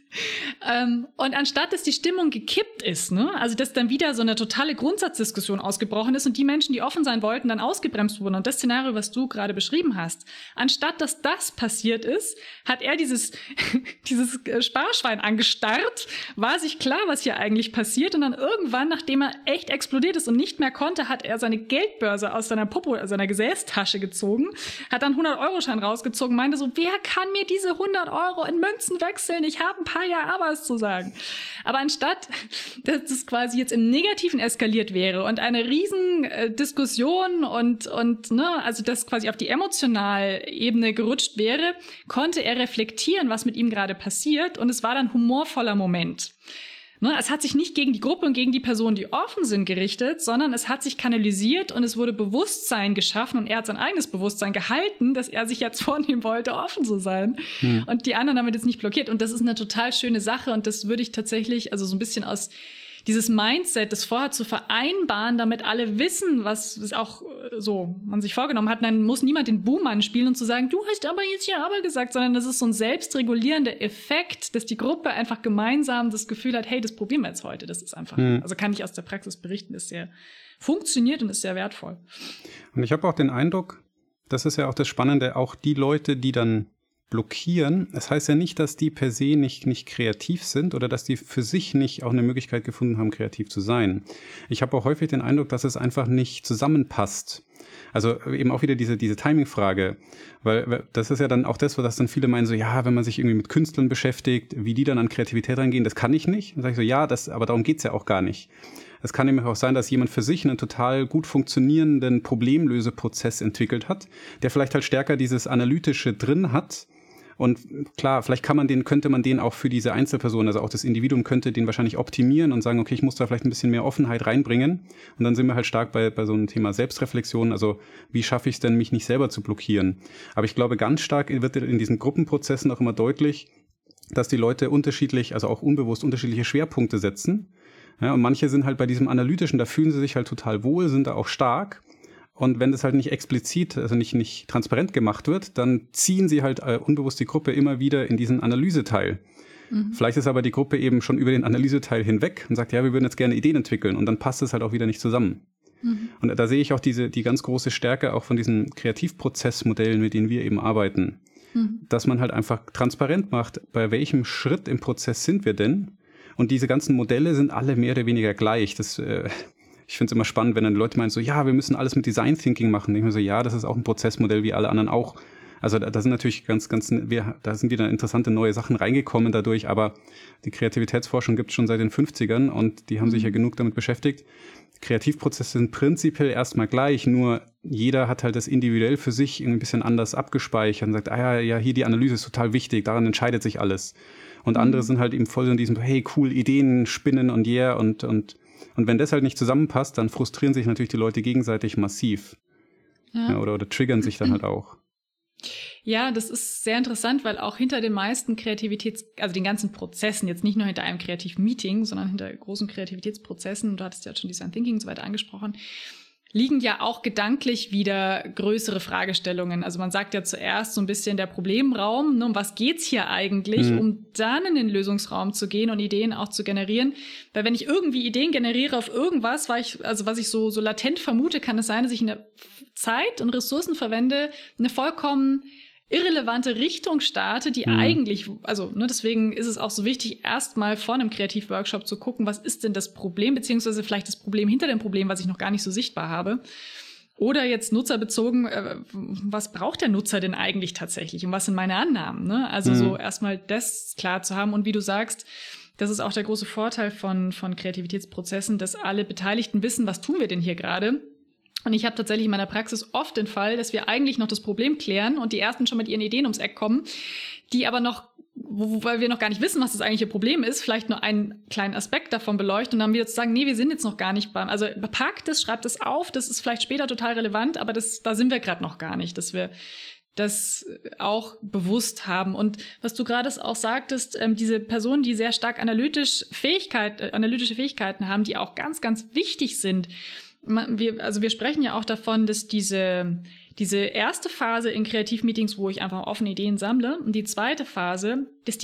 D: ähm, und anstatt, dass die Stimmung gekippt ist, ne, also dass dann wieder so eine totale Grundsatzdiskussion ausgebrochen ist und die Menschen, die offen sein wollten, dann ausgebremst wurden und das Szenario, was du gerade beschrieben hast, anstatt dass das passiert ist, hat er dieses, dieses Sparschwein angestarrt, war sich klar, was hier eigentlich passiert und dann irgendwann, nachdem er echt explodiert ist und nicht mehr konnte, hat er seine Geldbörse aus seiner Popo, also seiner Gesäßtasche gezogen, hat dann hundert-Euro-Schein rausgezogen, meinte so, wer kann mir diese hundert Euro in Münzen wechseln? Ich habe ein paar Jahre Abers zu sagen. Aber anstatt, dass es quasi jetzt im Negativen eskaliert wäre und eine riesen äh, Diskussion und, und ne, also das quasi auf die emotionale Ebene gerutscht wäre, konnte er reflektieren, was mit ihm gerade passiert und es war dann ein humorvoller Moment. Ne, es hat sich nicht gegen die Gruppe und gegen die Personen, die offen sind, gerichtet, sondern es hat sich kanalisiert und es wurde Bewusstsein geschaffen und er hat sein eigenes Bewusstsein gehalten, dass er sich jetzt vornehmen wollte, offen zu sein. Hm. Und die anderen damit jetzt nicht blockiert. Und das ist eine total schöne Sache und das würde ich tatsächlich, also so ein bisschen aus dieses Mindset, das vorher zu vereinbaren, damit alle wissen, was auch so man sich vorgenommen hat. Dann muss niemand den Buhmann spielen und zu sagen, du hast aber jetzt hier aber gesagt, sondern das ist so ein selbstregulierender Effekt, dass die Gruppe einfach gemeinsam das Gefühl hat, hey, das probieren wir jetzt heute. Das ist einfach, mhm. also kann ich aus der Praxis berichten, ist sehr funktioniert und ist sehr wertvoll.
C: Und ich habe auch den Eindruck, das ist ja auch das Spannende, auch die Leute, die dann blockieren. Es heißt ja nicht, dass die per se nicht, nicht kreativ sind oder dass die für sich nicht auch eine Möglichkeit gefunden haben, kreativ zu sein. Ich habe auch häufig den Eindruck, dass es einfach nicht zusammenpasst. Also eben auch wieder diese, diese Timing-Frage, weil das ist ja dann auch das, was dann viele meinen, so ja, wenn man sich irgendwie mit Künstlern beschäftigt, wie die dann an Kreativität reingehen, das kann ich nicht. Dann sage ich so, ja, das, aber darum geht's ja auch gar nicht. Es kann nämlich auch sein, dass jemand für sich einen total gut funktionierenden Problemlöseprozess entwickelt hat, der vielleicht halt stärker dieses Analytische drin hat. Und klar, vielleicht kann man den, könnte man den auch für diese Einzelperson, also auch das Individuum könnte den wahrscheinlich optimieren und sagen, okay, ich muss da vielleicht ein bisschen mehr Offenheit reinbringen. Und dann sind wir halt stark bei, bei so einem Thema Selbstreflexion. Also wie schaffe ich es denn, mich nicht selber zu blockieren? Aber ich glaube, ganz stark wird in diesen Gruppenprozessen auch immer deutlich, dass die Leute unterschiedlich, also auch unbewusst unterschiedliche Schwerpunkte setzen. Ja, und manche sind halt bei diesem Analytischen, da fühlen sie sich halt total wohl, sind da auch stark. Und wenn das halt nicht explizit, also nicht, nicht transparent gemacht wird, dann ziehen sie halt äh, unbewusst die Gruppe immer wieder in diesen Analyseteil. Mhm. Vielleicht ist aber die Gruppe eben schon über den Analyseteil hinweg und sagt, ja, wir würden jetzt gerne Ideen entwickeln und dann passt es halt auch wieder nicht zusammen. Mhm. Und da sehe ich auch diese, die ganz große Stärke auch von diesen Kreativprozessmodellen, mit denen wir eben arbeiten. Mhm. Dass man halt einfach transparent macht, bei welchem Schritt im Prozess sind wir denn? Und diese ganzen Modelle sind alle mehr oder weniger gleich. Das äh, Ich finde es immer spannend, wenn dann Leute meinen so, ja, wir müssen alles mit Design Thinking machen. Ich mir so, ja, das ist auch ein Prozessmodell wie alle anderen auch. Also da, da sind natürlich ganz, ganz, wir, da sind wieder interessante neue Sachen reingekommen dadurch, aber die Kreativitätsforschung gibt es schon seit den fünfzigern und die haben mhm. sich ja genug damit beschäftigt. Kreativprozesse sind prinzipiell erstmal gleich, nur jeder hat halt das individuell für sich ein bisschen anders abgespeichert und sagt, ah ja, ja, hier die Analyse ist total wichtig, daran entscheidet sich alles. Und mhm. andere sind halt eben voll in diesem, hey, cool, Ideen spinnen und yeah und, und Und wenn das halt nicht zusammenpasst, dann frustrieren sich natürlich die Leute gegenseitig massiv. Ja. Ja, oder, oder triggern sich dann halt auch.
D: Ja, das ist sehr interessant, weil auch hinter den meisten Kreativitäts-, also den ganzen Prozessen, jetzt nicht nur hinter einem kreativen Meeting, sondern hinter großen Kreativitätsprozessen, du hattest ja schon Design Thinking und so weiter angesprochen, liegen ja auch gedanklich wieder größere Fragestellungen. Also man sagt ja zuerst so ein bisschen der Problemraum, ne, um was geht's hier eigentlich, mhm. um dann in den Lösungsraum zu gehen und Ideen auch zu generieren. Weil wenn ich irgendwie Ideen generiere auf irgendwas, weil ich, also was ich so, so latent vermute, kann es sein, dass ich in der Zeit und Ressourcen verwende, eine vollkommen irrelevante Richtung starte, die mhm. eigentlich, also ne, deswegen ist es auch so wichtig, erstmal vor einem Kreativworkshop zu gucken, was ist denn das Problem, beziehungsweise vielleicht das Problem hinter dem Problem, was ich noch gar nicht so sichtbar habe. Oder jetzt nutzerbezogen, äh, was braucht der Nutzer denn eigentlich tatsächlich und was sind meine Annahmen? Ne? Also mhm. so erstmal das klar zu haben und wie du sagst, das ist auch der große Vorteil von, von Kreativitätsprozessen, dass alle Beteiligten wissen, was tun wir denn hier gerade? Und ich habe tatsächlich in meiner Praxis oft den Fall, dass wir eigentlich noch das Problem klären und die Ersten schon mit ihren Ideen ums Eck kommen, die aber noch, wo, weil wir noch gar nicht wissen, was das eigentliche Problem ist, vielleicht nur einen kleinen Aspekt davon beleuchten und dann wieder zu sagen, nee, wir sind jetzt noch gar nicht beim, also parkt es, schreibt es auf, das ist vielleicht später total relevant, aber das, da sind wir gerade noch gar nicht, dass wir das auch bewusst haben. Und was du gerade auch sagtest, ähm, diese Personen, die sehr stark analytisch Fähigkeit, äh, analytische Fähigkeiten haben, die auch ganz, ganz wichtig sind. Wir, also wir sprechen ja auch davon, dass diese, diese erste Phase in Kreativmeetings, wo ich einfach offene Ideen sammle, und die zweite Phase, dass die ab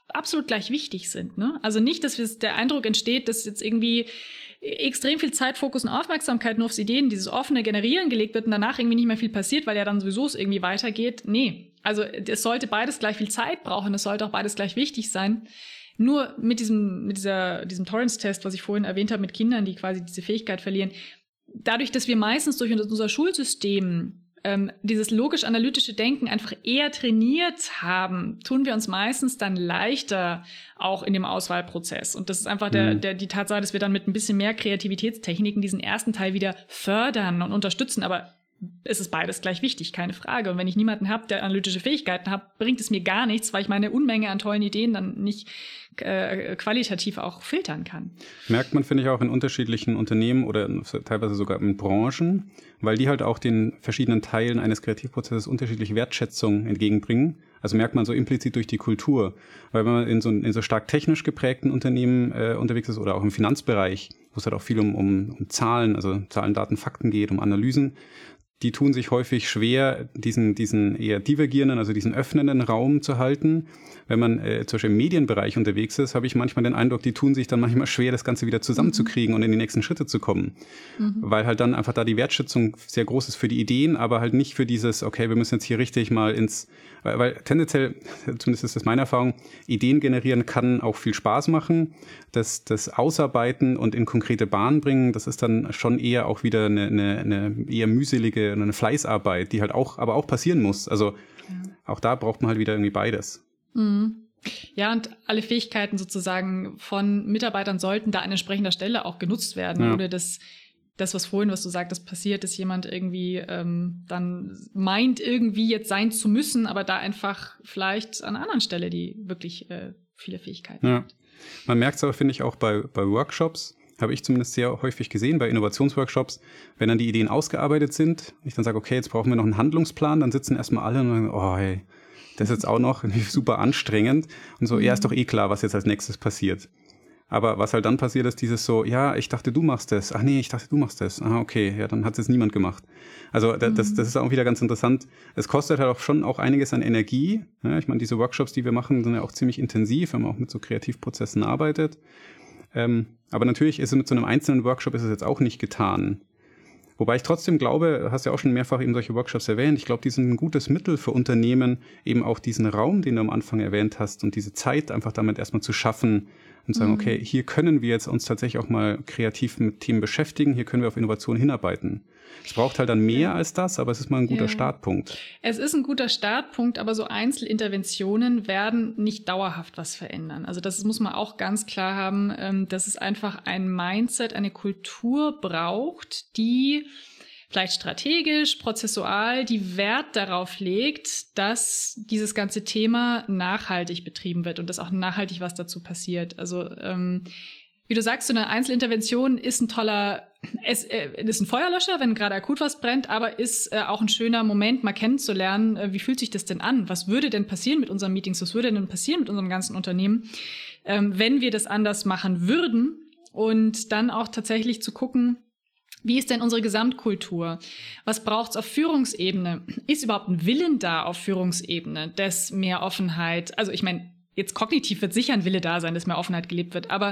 D: absolut gleich wichtig sind. Ne? Also nicht, dass der Eindruck entsteht, dass jetzt irgendwie extrem viel Zeit, Fokus und Aufmerksamkeit nur aufs Ideen, dieses offene Generieren gelegt wird und danach irgendwie nicht mehr viel passiert, weil ja dann sowieso es irgendwie weitergeht. Nee, also es sollte beides gleich viel Zeit brauchen, es sollte auch beides gleich wichtig sein. Nur mit diesem, mit dieser, diesem Torrance-Test, was ich vorhin erwähnt habe, mit Kindern, die quasi diese Fähigkeit verlieren, dadurch, dass wir meistens durch unser Schulsystem ähm, dieses logisch-analytische Denken einfach eher trainiert haben, tun wir uns meistens dann leichter auch in dem Auswahlprozess. Und das ist einfach der, der, die Tatsache, dass wir dann mit ein bisschen mehr Kreativitätstechniken diesen ersten Teil wieder fördern und unterstützen. Aber es ist beides gleich wichtig, keine Frage. Und wenn ich niemanden habe, der analytische Fähigkeiten hat, bringt es mir gar nichts, weil ich meine Unmenge an tollen Ideen dann nicht äh, qualitativ auch filtern kann.
C: Merkt man, finde ich, auch in unterschiedlichen Unternehmen oder teilweise sogar in Branchen, weil die halt auch den verschiedenen Teilen eines Kreativprozesses unterschiedliche Wertschätzung entgegenbringen. Also merkt man so implizit durch die Kultur. Weil wenn man in so, in so stark technisch geprägten Unternehmen äh, unterwegs ist oder auch im Finanzbereich, wo es halt auch viel um, um, um Zahlen, also Zahlen, Daten, Fakten geht, um Analysen, die tun sich häufig schwer, diesen, diesen eher divergierenden, also diesen öffnenden Raum zu halten. Wenn man äh, zum Beispiel im Medienbereich unterwegs ist, habe ich manchmal den Eindruck, die tun sich dann manchmal schwer, das Ganze wieder zusammenzukriegen und in die nächsten Schritte zu kommen. Mhm. Weil halt dann einfach da die Wertschätzung sehr groß ist für die Ideen, aber halt nicht für dieses, okay, wir müssen jetzt hier richtig mal ins, weil, weil tendenziell, zumindest ist das meine Erfahrung, Ideen generieren kann auch viel Spaß machen. Das, das Ausarbeiten und in konkrete Bahnen bringen, das ist dann schon eher auch wieder eine, eine, eine eher mühselige, eine Fleißarbeit, die halt auch, aber auch passieren muss. Also ja. Auch da braucht man halt wieder irgendwie beides.
D: Mhm. Ja, und alle Fähigkeiten sozusagen von Mitarbeitern sollten da an entsprechender Stelle auch genutzt werden. Ja. Oder das, das, was vorhin, was du sagtest, passiert, dass jemand irgendwie ähm, dann meint, irgendwie jetzt sein zu müssen, aber da einfach vielleicht an einer anderen Stelle, die wirklich äh, viele Fähigkeiten
C: ja.
D: hat.
C: Man merkt es aber, finde ich, auch bei, bei Workshops, habe ich zumindest sehr häufig gesehen, bei Innovationsworkshops, wenn dann die Ideen ausgearbeitet sind, ich dann sage, okay, jetzt brauchen wir noch einen Handlungsplan, dann sitzen erstmal alle und sagen, oh hey, das ist jetzt auch noch super anstrengend und so, mhm. ja, ist doch eh klar, was jetzt als nächstes passiert. Aber was halt dann passiert, ist dieses so, ja, ich dachte, du machst das. Ach nee, ich dachte, du machst das. Ah, okay, ja, dann hat es jetzt niemand gemacht. Also das, das, das ist auch wieder ganz interessant. Es kostet halt auch schon auch einiges an Energie. Ja, ich meine, diese Workshops, die wir machen, sind ja auch ziemlich intensiv, wenn man auch mit so Kreativprozessen arbeitet. Ähm, aber natürlich ist es mit so einem einzelnen Workshop ist es jetzt auch nicht getan. Wobei ich trotzdem glaube, hast ja auch schon mehrfach eben solche Workshops erwähnt, ich glaube, die sind ein gutes Mittel für Unternehmen, eben auch diesen Raum, den du am Anfang erwähnt hast und diese Zeit einfach damit erstmal zu schaffen und zu sagen, mhm. okay, hier können wir jetzt uns tatsächlich auch mal kreativ mit Themen beschäftigen, hier können wir auf Innovation hinarbeiten. Es braucht halt dann mehr ja. als das, aber es ist mal ein guter ja. Startpunkt.
D: Es ist ein guter Startpunkt, aber so Einzelinterventionen werden nicht dauerhaft was verändern. Also das muss man auch ganz klar haben, dass es einfach ein Mindset, eine Kultur braucht, die vielleicht strategisch, prozessual, die Wert darauf legt, dass dieses ganze Thema nachhaltig betrieben wird und dass auch nachhaltig was dazu passiert. Also ähm, wie du sagst, so eine Einzelintervention ist ein toller, es äh, ist ein Feuerlöscher, wenn gerade akut was brennt, aber ist äh, auch ein schöner Moment, mal kennenzulernen, äh, wie fühlt sich das denn an? Was würde denn passieren mit unseren Meetings? Was würde denn passieren mit unserem ganzen Unternehmen, ähm, wenn wir das anders machen würden? Und dann auch tatsächlich zu gucken, wie ist denn unsere Gesamtkultur? Was braucht es auf Führungsebene? Ist überhaupt ein Willen da auf Führungsebene, dass mehr Offenheit, also ich meine, jetzt kognitiv wird sicher ein Wille da sein, dass mehr Offenheit gelebt wird, aber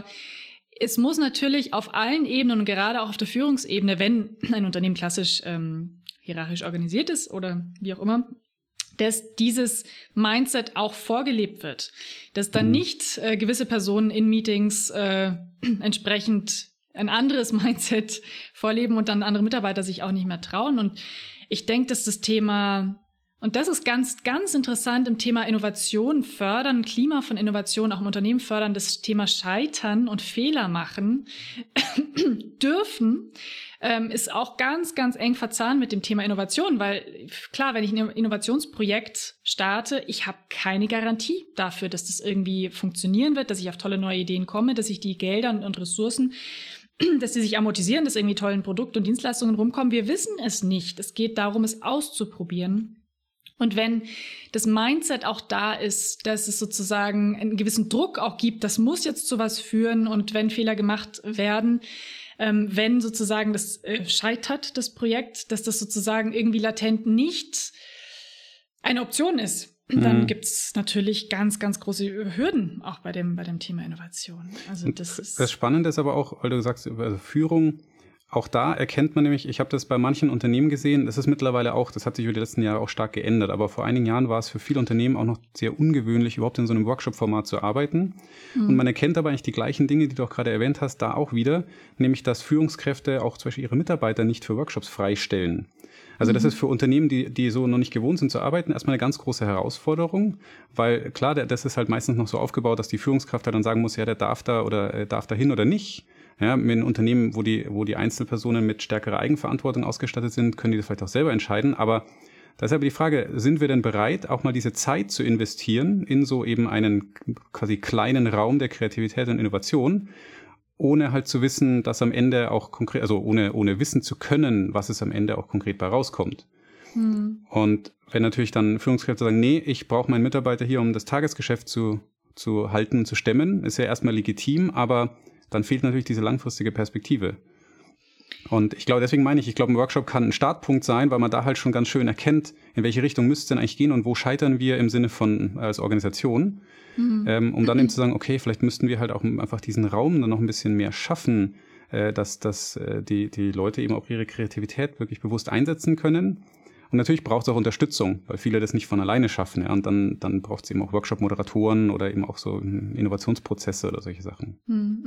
D: es muss natürlich auf allen Ebenen und gerade auch auf der Führungsebene, wenn ein Unternehmen klassisch ähm, hierarchisch organisiert ist oder wie auch immer, dass dieses Mindset auch vorgelebt wird. Dass dann nicht äh, gewisse Personen in Meetings äh, entsprechend ein anderes Mindset vorleben und dann andere Mitarbeiter sich auch nicht mehr trauen. Und ich denke, dass das Thema, und das ist ganz, ganz interessant im Thema Innovation fördern, Klima von Innovation auch im Unternehmen fördern, das Thema Scheitern und Fehler machen dürfen, ähm, ist auch ganz, ganz eng verzahnt mit dem Thema Innovation, weil klar, wenn ich ein Innovationsprojekt starte, ich habe keine Garantie dafür, dass das irgendwie funktionieren wird, dass ich auf tolle neue Ideen komme, dass ich die Gelder und Ressourcen, dass die sich amortisieren, dass irgendwie tollen Produkte und Dienstleistungen rumkommen. Wir wissen es nicht. Es geht darum, es auszuprobieren. Und wenn das Mindset auch da ist, dass es sozusagen einen gewissen Druck auch gibt, das muss jetzt zu was führen und wenn Fehler gemacht werden, ähm, wenn sozusagen das äh, scheitert, das Projekt, dass das sozusagen irgendwie latent nicht eine Option ist. dann
C: mhm.
D: gibt es natürlich ganz, ganz große Hürden auch bei dem, bei dem Thema Innovation. Also das, ist
C: das Spannende ist aber auch, weil du sagst, also Führung, auch da erkennt man nämlich, ich habe das bei manchen Unternehmen gesehen, das ist mittlerweile auch, das hat sich über die letzten Jahre auch stark geändert, aber vor einigen Jahren war es für viele Unternehmen auch noch sehr ungewöhnlich, überhaupt in so einem Workshop-Format zu arbeiten. Mhm. Und man erkennt aber eigentlich die gleichen Dinge, die du auch gerade erwähnt hast, da auch wieder, nämlich dass Führungskräfte auch zum Beispiel ihre Mitarbeiter nicht für Workshops freistellen. Also das ist für Unternehmen, die die so noch nicht gewohnt sind zu arbeiten, erstmal eine ganz große Herausforderung, weil klar, der, das ist halt meistens noch so aufgebaut, dass die Führungskraft halt dann sagen muss, ja, der darf da oder äh, darf da hin oder nicht. Ja, mit Unternehmen, wo die, wo die Einzelpersonen mit stärkerer Eigenverantwortung ausgestattet sind, können die das vielleicht auch selber entscheiden. Aber da ist aber die Frage, sind wir denn bereit, auch mal diese Zeit zu investieren in so eben einen quasi kleinen Raum der Kreativität und Innovation, ohne halt zu wissen, dass am Ende auch konkret, also ohne, ohne wissen zu können, was es am Ende auch konkret bei rauskommt. Hm. Und wenn natürlich dann Führungskräfte sagen, nee, ich brauche meinen Mitarbeiter hier, um das Tagesgeschäft zu, zu halten, zu stemmen, ist ja erstmal legitim, aber dann fehlt natürlich diese langfristige Perspektive. Und ich glaube, deswegen meine ich, ich glaube, ein Workshop kann ein Startpunkt sein, weil man da halt schon ganz schön erkennt, in welche Richtung müsste es denn eigentlich gehen und wo scheitern wir im Sinne von als Organisation, mhm. ähm, um dann eben zu sagen, okay, vielleicht müssten wir halt auch einfach diesen Raum dann noch ein bisschen mehr schaffen, äh, dass, dass äh, die, die Leute eben auch ihre Kreativität wirklich bewusst einsetzen können. Und natürlich braucht es auch Unterstützung, weil viele das nicht von alleine schaffen. Ja? Und dann, dann braucht es eben auch Workshop-Moderatoren oder eben auch so Innovationsprozesse oder solche Sachen.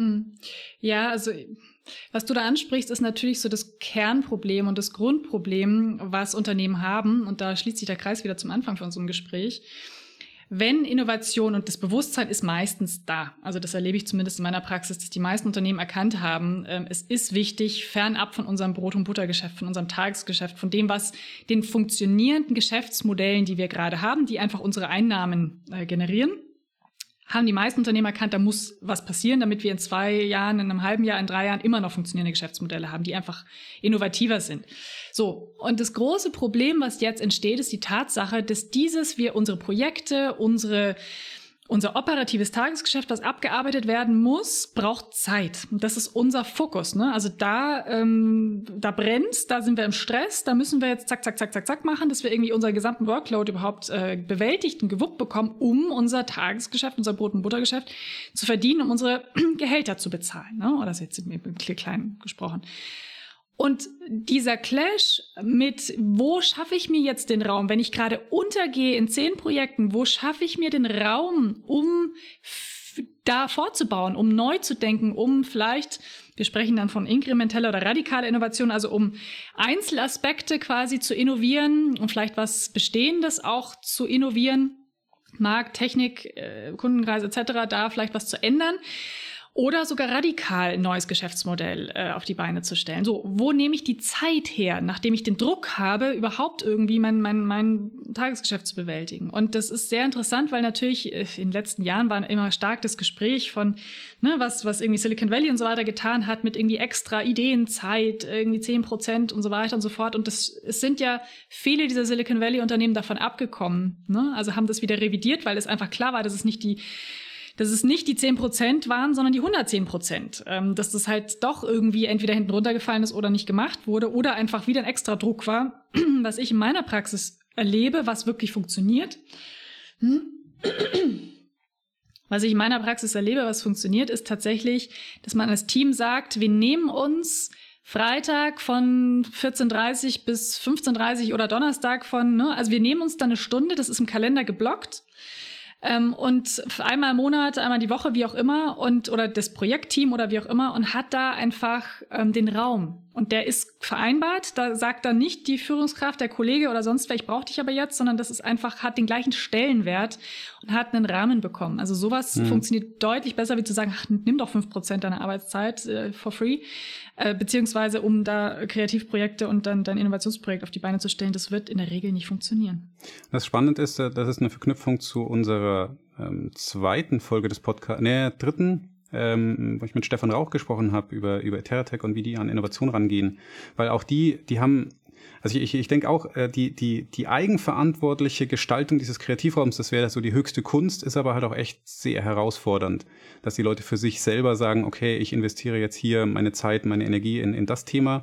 D: Ja, also was du da ansprichst, ist natürlich so das Kernproblem und das Grundproblem, was Unternehmen haben. Und da schließt sich der Kreis wieder zum Anfang von unserem Gespräch. Wenn Innovation und das Bewusstsein ist meistens da, also das erlebe ich zumindest in meiner Praxis, dass die meisten Unternehmen erkannt haben, äh, es ist wichtig, fernab von unserem Brot- und Buttergeschäft, von unserem Tagesgeschäft, von dem, was den funktionierenden Geschäftsmodellen, die wir gerade haben, die einfach unsere Einnahmen äh, generieren, haben die meisten Unternehmen erkannt, da muss was passieren, damit wir in zwei Jahren, in einem halben Jahr, in drei Jahren immer noch funktionierende Geschäftsmodelle haben, die einfach innovativer sind. So, und das große Problem, was jetzt entsteht, ist die Tatsache, dass dieses, wir unsere Projekte, unsere Unser operatives Tagesgeschäft, was abgearbeitet werden muss, braucht Zeit. Und das ist unser Fokus, ne? Also da, ähm, da brennt's, da sind wir im Stress, da müssen wir jetzt zack, zack, zack, zack, zack machen, dass wir irgendwie unseren gesamten Workload überhaupt äh, bewältigt und gewuppt bekommen, um unser Tagesgeschäft, unser Brot- und Buttergeschäft zu verdienen, um unsere Gehälter zu bezahlen, ne? Oder das ist jetzt im klein gesprochen. Und dieser Clash mit, wo schaffe ich mir jetzt den Raum, wenn ich gerade untergehe in zehn Projekten, wo schaffe ich mir den Raum, um f- da fortzubauen, um neu zu denken, um vielleicht, wir sprechen dann von inkrementeller oder radikaler Innovation, also um Einzelaspekte quasi zu innovieren und vielleicht was Bestehendes auch zu innovieren, Markt, Technik, äh, Kundenkreis et cetera, da vielleicht was zu ändern. Oder sogar radikal ein neues Geschäftsmodell äh, auf die Beine zu stellen. So, wo nehme ich die Zeit her, nachdem ich den Druck habe, überhaupt irgendwie mein, mein, mein Tagesgeschäft zu bewältigen? Und das ist sehr interessant, weil natürlich in den letzten Jahren war immer stark das Gespräch von, ne, was, was irgendwie Silicon Valley und so weiter getan hat, mit irgendwie extra Ideenzeit, irgendwie zehn Prozent und so weiter und so fort. Und das, es sind ja viele dieser Silicon Valley Unternehmen davon abgekommen, ne? Also haben das wieder revidiert, weil es einfach klar war, dass es nicht die dass es nicht die zehn Prozent waren, sondern die hundertzehn Prozent. Ähm, dass das halt doch irgendwie entweder hinten runtergefallen ist oder nicht gemacht wurde oder einfach wieder ein extra Druck war, was ich in meiner Praxis erlebe, was wirklich funktioniert. Was ich in meiner Praxis erlebe, was funktioniert, ist tatsächlich, dass man als Team sagt, wir nehmen uns Freitag von vierzehn Uhr dreißig bis fünfzehn Uhr dreißig oder Donnerstag von, ne, also wir nehmen uns dann eine Stunde, das ist im Kalender geblockt. Ähm, und einmal im Monat, einmal die Woche, wie auch immer, und oder das Projektteam oder wie auch immer, und hat da einfach ähm, den Raum. Und der ist vereinbart, da sagt dann nicht die Führungskraft, der Kollege oder sonst wer, ich brauche dich aber jetzt, sondern das ist einfach, hat den gleichen Stellenwert und hat einen Rahmen bekommen. Also sowas mhm. funktioniert deutlich besser, wie zu sagen, ach, nimm doch fünf Prozent deiner Arbeitszeit äh, for free, äh, beziehungsweise um da Kreativprojekte und dann dein Innovationsprojekt auf die Beine zu stellen, das wird in der Regel nicht funktionieren.
C: Was spannend ist, das ist eine Verknüpfung zu unserer ähm, zweiten Folge des Podcasts, ne, dritten, Ähm, wo ich mit Stefan Rauch gesprochen habe über über Teratec und wie die an Innovation rangehen, weil auch die die haben, also ich ich denke auch äh, die die die eigenverantwortliche Gestaltung dieses Kreativraums, das wäre so die höchste Kunst, ist aber halt auch echt sehr herausfordernd, dass die Leute für sich selber sagen, okay, ich investiere jetzt hier meine Zeit, meine Energie in in das Thema.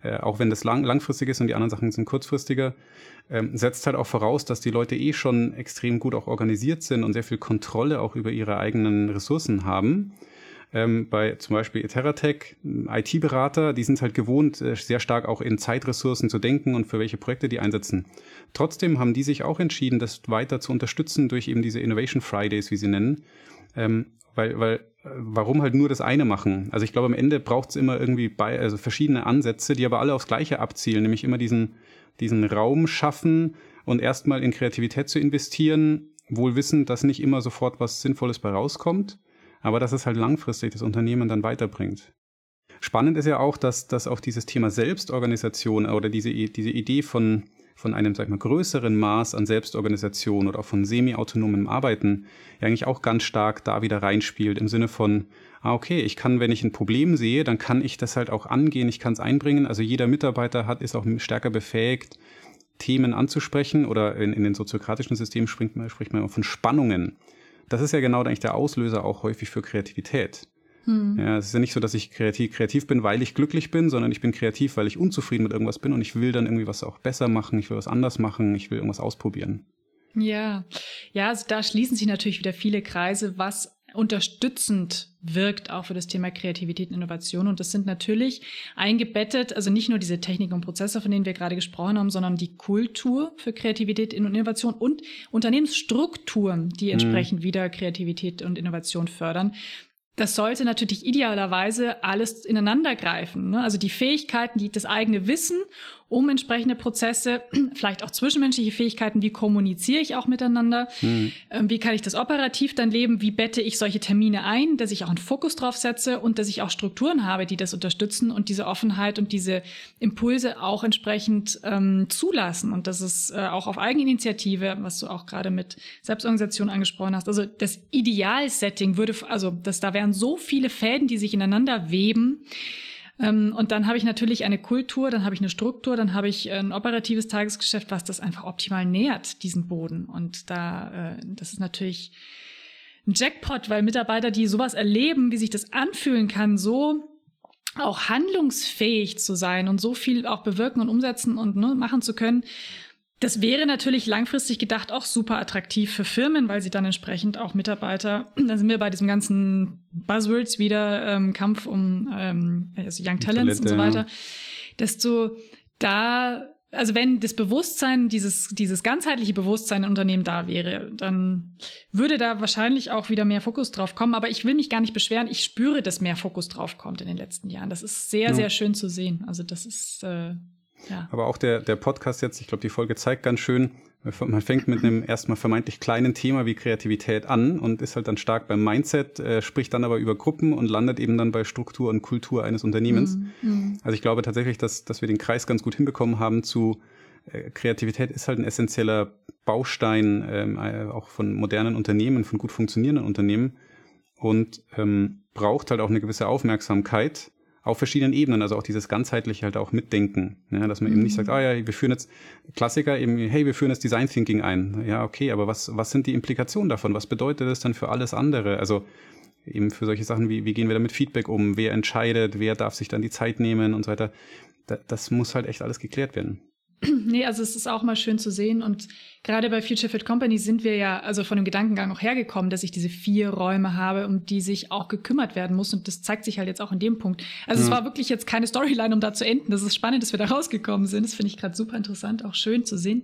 C: äh, auch wenn das lang, langfristig ist und die anderen Sachen sind kurzfristiger, ähm, setzt halt auch voraus, dass die Leute eh schon extrem gut auch organisiert sind und sehr viel Kontrolle auch über ihre eigenen Ressourcen haben. Ähm, bei zum Beispiel Iteratec, I T-Berater, die sind halt gewohnt, äh, sehr stark auch in Zeitressourcen zu denken und für welche Projekte die einsetzen. Trotzdem haben die sich auch entschieden, das weiter zu unterstützen durch eben diese Innovation Fridays, wie sie nennen. Ähm, weil, weil, äh, warum halt nur das eine machen? Also ich glaube, am Ende braucht es immer irgendwie bei, also verschiedene Ansätze, die aber alle aufs Gleiche abzielen, nämlich immer diesen, diesen Raum schaffen und erstmal in Kreativität zu investieren, wohl wissend, dass nicht immer sofort was Sinnvolles bei rauskommt, aber dass es halt langfristig das Unternehmen dann weiterbringt. Spannend ist ja auch, dass, dass auch dieses Thema Selbstorganisation oder diese, diese Idee von, von einem, sag ich mal, größeren Maß an Selbstorganisation oder auch von semi-autonomem Arbeiten ja eigentlich auch ganz stark da wieder reinspielt, im Sinne von, ah, okay, ich kann, wenn ich ein Problem sehe, dann kann ich das halt auch angehen, ich kann es einbringen. Also jeder Mitarbeiter hat, ist auch stärker befähigt, Themen anzusprechen, oder in, in den soziokratischen Systemen spricht man, spricht man auch von Spannungen. Das ist ja genau eigentlich der Auslöser auch häufig für Kreativität. Hm. Ja, es ist ja nicht so, dass ich kreativ, kreativ bin, weil ich glücklich bin, sondern ich bin kreativ, weil ich unzufrieden mit irgendwas bin und ich will dann irgendwie was auch besser machen, ich will was anders machen, ich will irgendwas ausprobieren.
D: Ja, ja, also da schließen sich natürlich wieder viele Kreise, was unterstützend wirkt auch für das Thema Kreativität und Innovation. Und das sind natürlich eingebettet, also nicht nur diese Techniken und Prozesse, von denen wir gerade gesprochen haben, sondern die Kultur für Kreativität und Innovation und Unternehmensstrukturen, die entsprechend mhm. wieder Kreativität und Innovation fördern. Das sollte natürlich idealerweise alles ineinander greifen, ne? Also die Fähigkeiten, die, das eigene Wissen um entsprechende Prozesse, vielleicht auch zwischenmenschliche Fähigkeiten, wie kommuniziere ich auch miteinander, mhm. ähm, wie kann ich das operativ dann leben, wie bette ich solche Termine ein, dass ich auch einen Fokus drauf setze und dass ich auch Strukturen habe, die das unterstützen und diese Offenheit und diese Impulse auch entsprechend ähm, zulassen und das ist äh, auch auf Eigeninitiative, was du auch gerade mit Selbstorganisation angesprochen hast, also das Idealsetting würde, also das, da wären so viele Fäden, die sich ineinander weben. Und dann habe ich natürlich eine Kultur, dann habe ich eine Struktur, dann habe ich ein operatives Tagesgeschäft, was das einfach optimal nährt, diesen Boden. Und da, das ist natürlich ein Jackpot, weil Mitarbeiter, die sowas erleben, wie sich das anfühlen kann, so auch handlungsfähig zu sein und so viel auch bewirken und umsetzen und ne, machen zu können, das wäre natürlich langfristig gedacht auch super attraktiv für Firmen, weil sie dann entsprechend auch Mitarbeiter, dann sind wir bei diesem ganzen Buzzwords wieder, ähm, Kampf um ähm, also Young Talents und so weiter, desto da, also wenn das Bewusstsein, dieses, dieses ganzheitliche Bewusstsein im Unternehmen da wäre, dann würde da wahrscheinlich auch wieder mehr Fokus drauf kommen. Aber ich will mich gar nicht beschweren, ich spüre, dass mehr Fokus drauf kommt in den letzten Jahren. Das ist sehr, ja. sehr schön zu sehen. Also das ist äh, Ja.
C: Aber auch der, der Podcast jetzt, ich glaube, die Folge zeigt ganz schön, man fängt mit einem erstmal vermeintlich kleinen Thema wie Kreativität an und ist halt dann stark beim Mindset, äh, spricht dann aber über Gruppen und landet eben dann bei Struktur und Kultur eines Unternehmens. Mhm. Also ich glaube tatsächlich, dass, dass wir den Kreis ganz gut hinbekommen haben zu äh, Kreativität ist halt ein essentieller Baustein ähm, äh, auch von modernen Unternehmen, von gut funktionierenden Unternehmen und ähm, braucht halt auch eine gewisse Aufmerksamkeit auf verschiedenen Ebenen, also auch dieses ganzheitliche halt auch mitdenken, ja, dass man mhm. eben nicht sagt, ah ja, wir führen jetzt, Klassiker eben, hey, wir führen jetzt Design Thinking ein. Ja, okay, aber was, was sind die Implikationen davon? Was bedeutet das dann für alles andere? Also eben für solche Sachen wie, wie gehen wir da mit Feedback um? Wer entscheidet? Wer darf sich dann die Zeit nehmen und so weiter? Da, das muss halt echt alles geklärt werden.
D: Nee, also es ist auch mal schön zu sehen und gerade bei Future Fit Company sind wir ja also von dem Gedankengang auch hergekommen, dass ich diese vier Räume habe, um die sich auch gekümmert werden muss und das zeigt sich halt jetzt auch in dem Punkt. Also ja. es war wirklich jetzt keine Storyline, um da zu enden. Das ist spannend, dass wir da rausgekommen sind. Das finde ich gerade super interessant, auch schön zu sehen,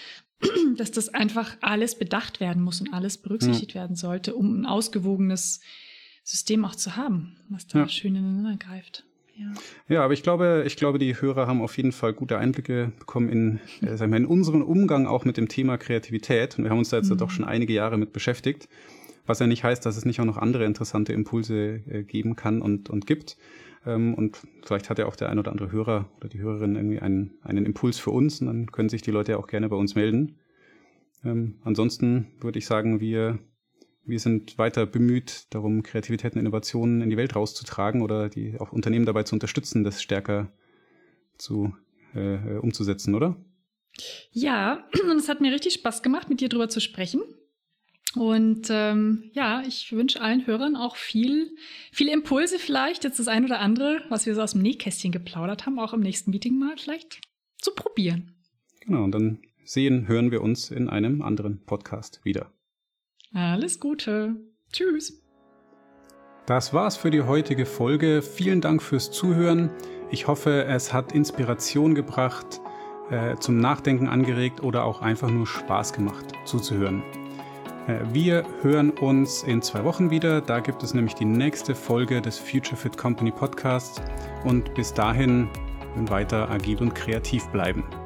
D: dass das einfach alles bedacht werden muss und alles berücksichtigt ja. werden sollte, um ein ausgewogenes System auch zu haben, was da ja. schön ineinander greift. Ja.
C: ja, aber ich glaube, ich glaube, die Hörer haben auf jeden Fall gute Einblicke bekommen in, äh, sagen wir, in unseren Umgang auch mit dem Thema Kreativität. Und wir haben uns da jetzt mhm. doch schon einige Jahre mit beschäftigt, was ja nicht heißt, dass es nicht auch noch andere interessante Impulse äh, geben kann und, und gibt. Ähm, und vielleicht hat ja auch der ein oder andere Hörer oder die Hörerin irgendwie einen, einen Impuls für uns und dann können sich die Leute ja auch gerne bei uns melden. Ähm, ansonsten würde ich sagen, wir Wir sind weiter bemüht, darum Kreativität und Innovationen in die Welt rauszutragen oder die auch Unternehmen dabei zu unterstützen, das stärker zu äh, umzusetzen, oder?
D: Ja, und es hat mir richtig Spaß gemacht, mit dir drüber zu sprechen. Und ähm, ja, ich wünsche allen Hörern auch viel, viele Impulse vielleicht, jetzt das ein oder andere, was wir so aus dem Nähkästchen geplaudert haben, auch im nächsten Meeting mal vielleicht zu probieren.
C: Genau, und dann sehen, hören wir uns in einem anderen Podcast wieder.
D: Alles Gute. Tschüss.
C: Das war's für die heutige Folge. Vielen Dank fürs Zuhören. Ich hoffe, es hat Inspiration gebracht, äh, zum Nachdenken angeregt oder auch einfach nur Spaß gemacht zuzuhören. Wir hören uns in zwei Wochen wieder. Da gibt es nämlich die nächste Folge des Future Fit Company Podcasts. Und bis dahin weiter agil und kreativ bleiben.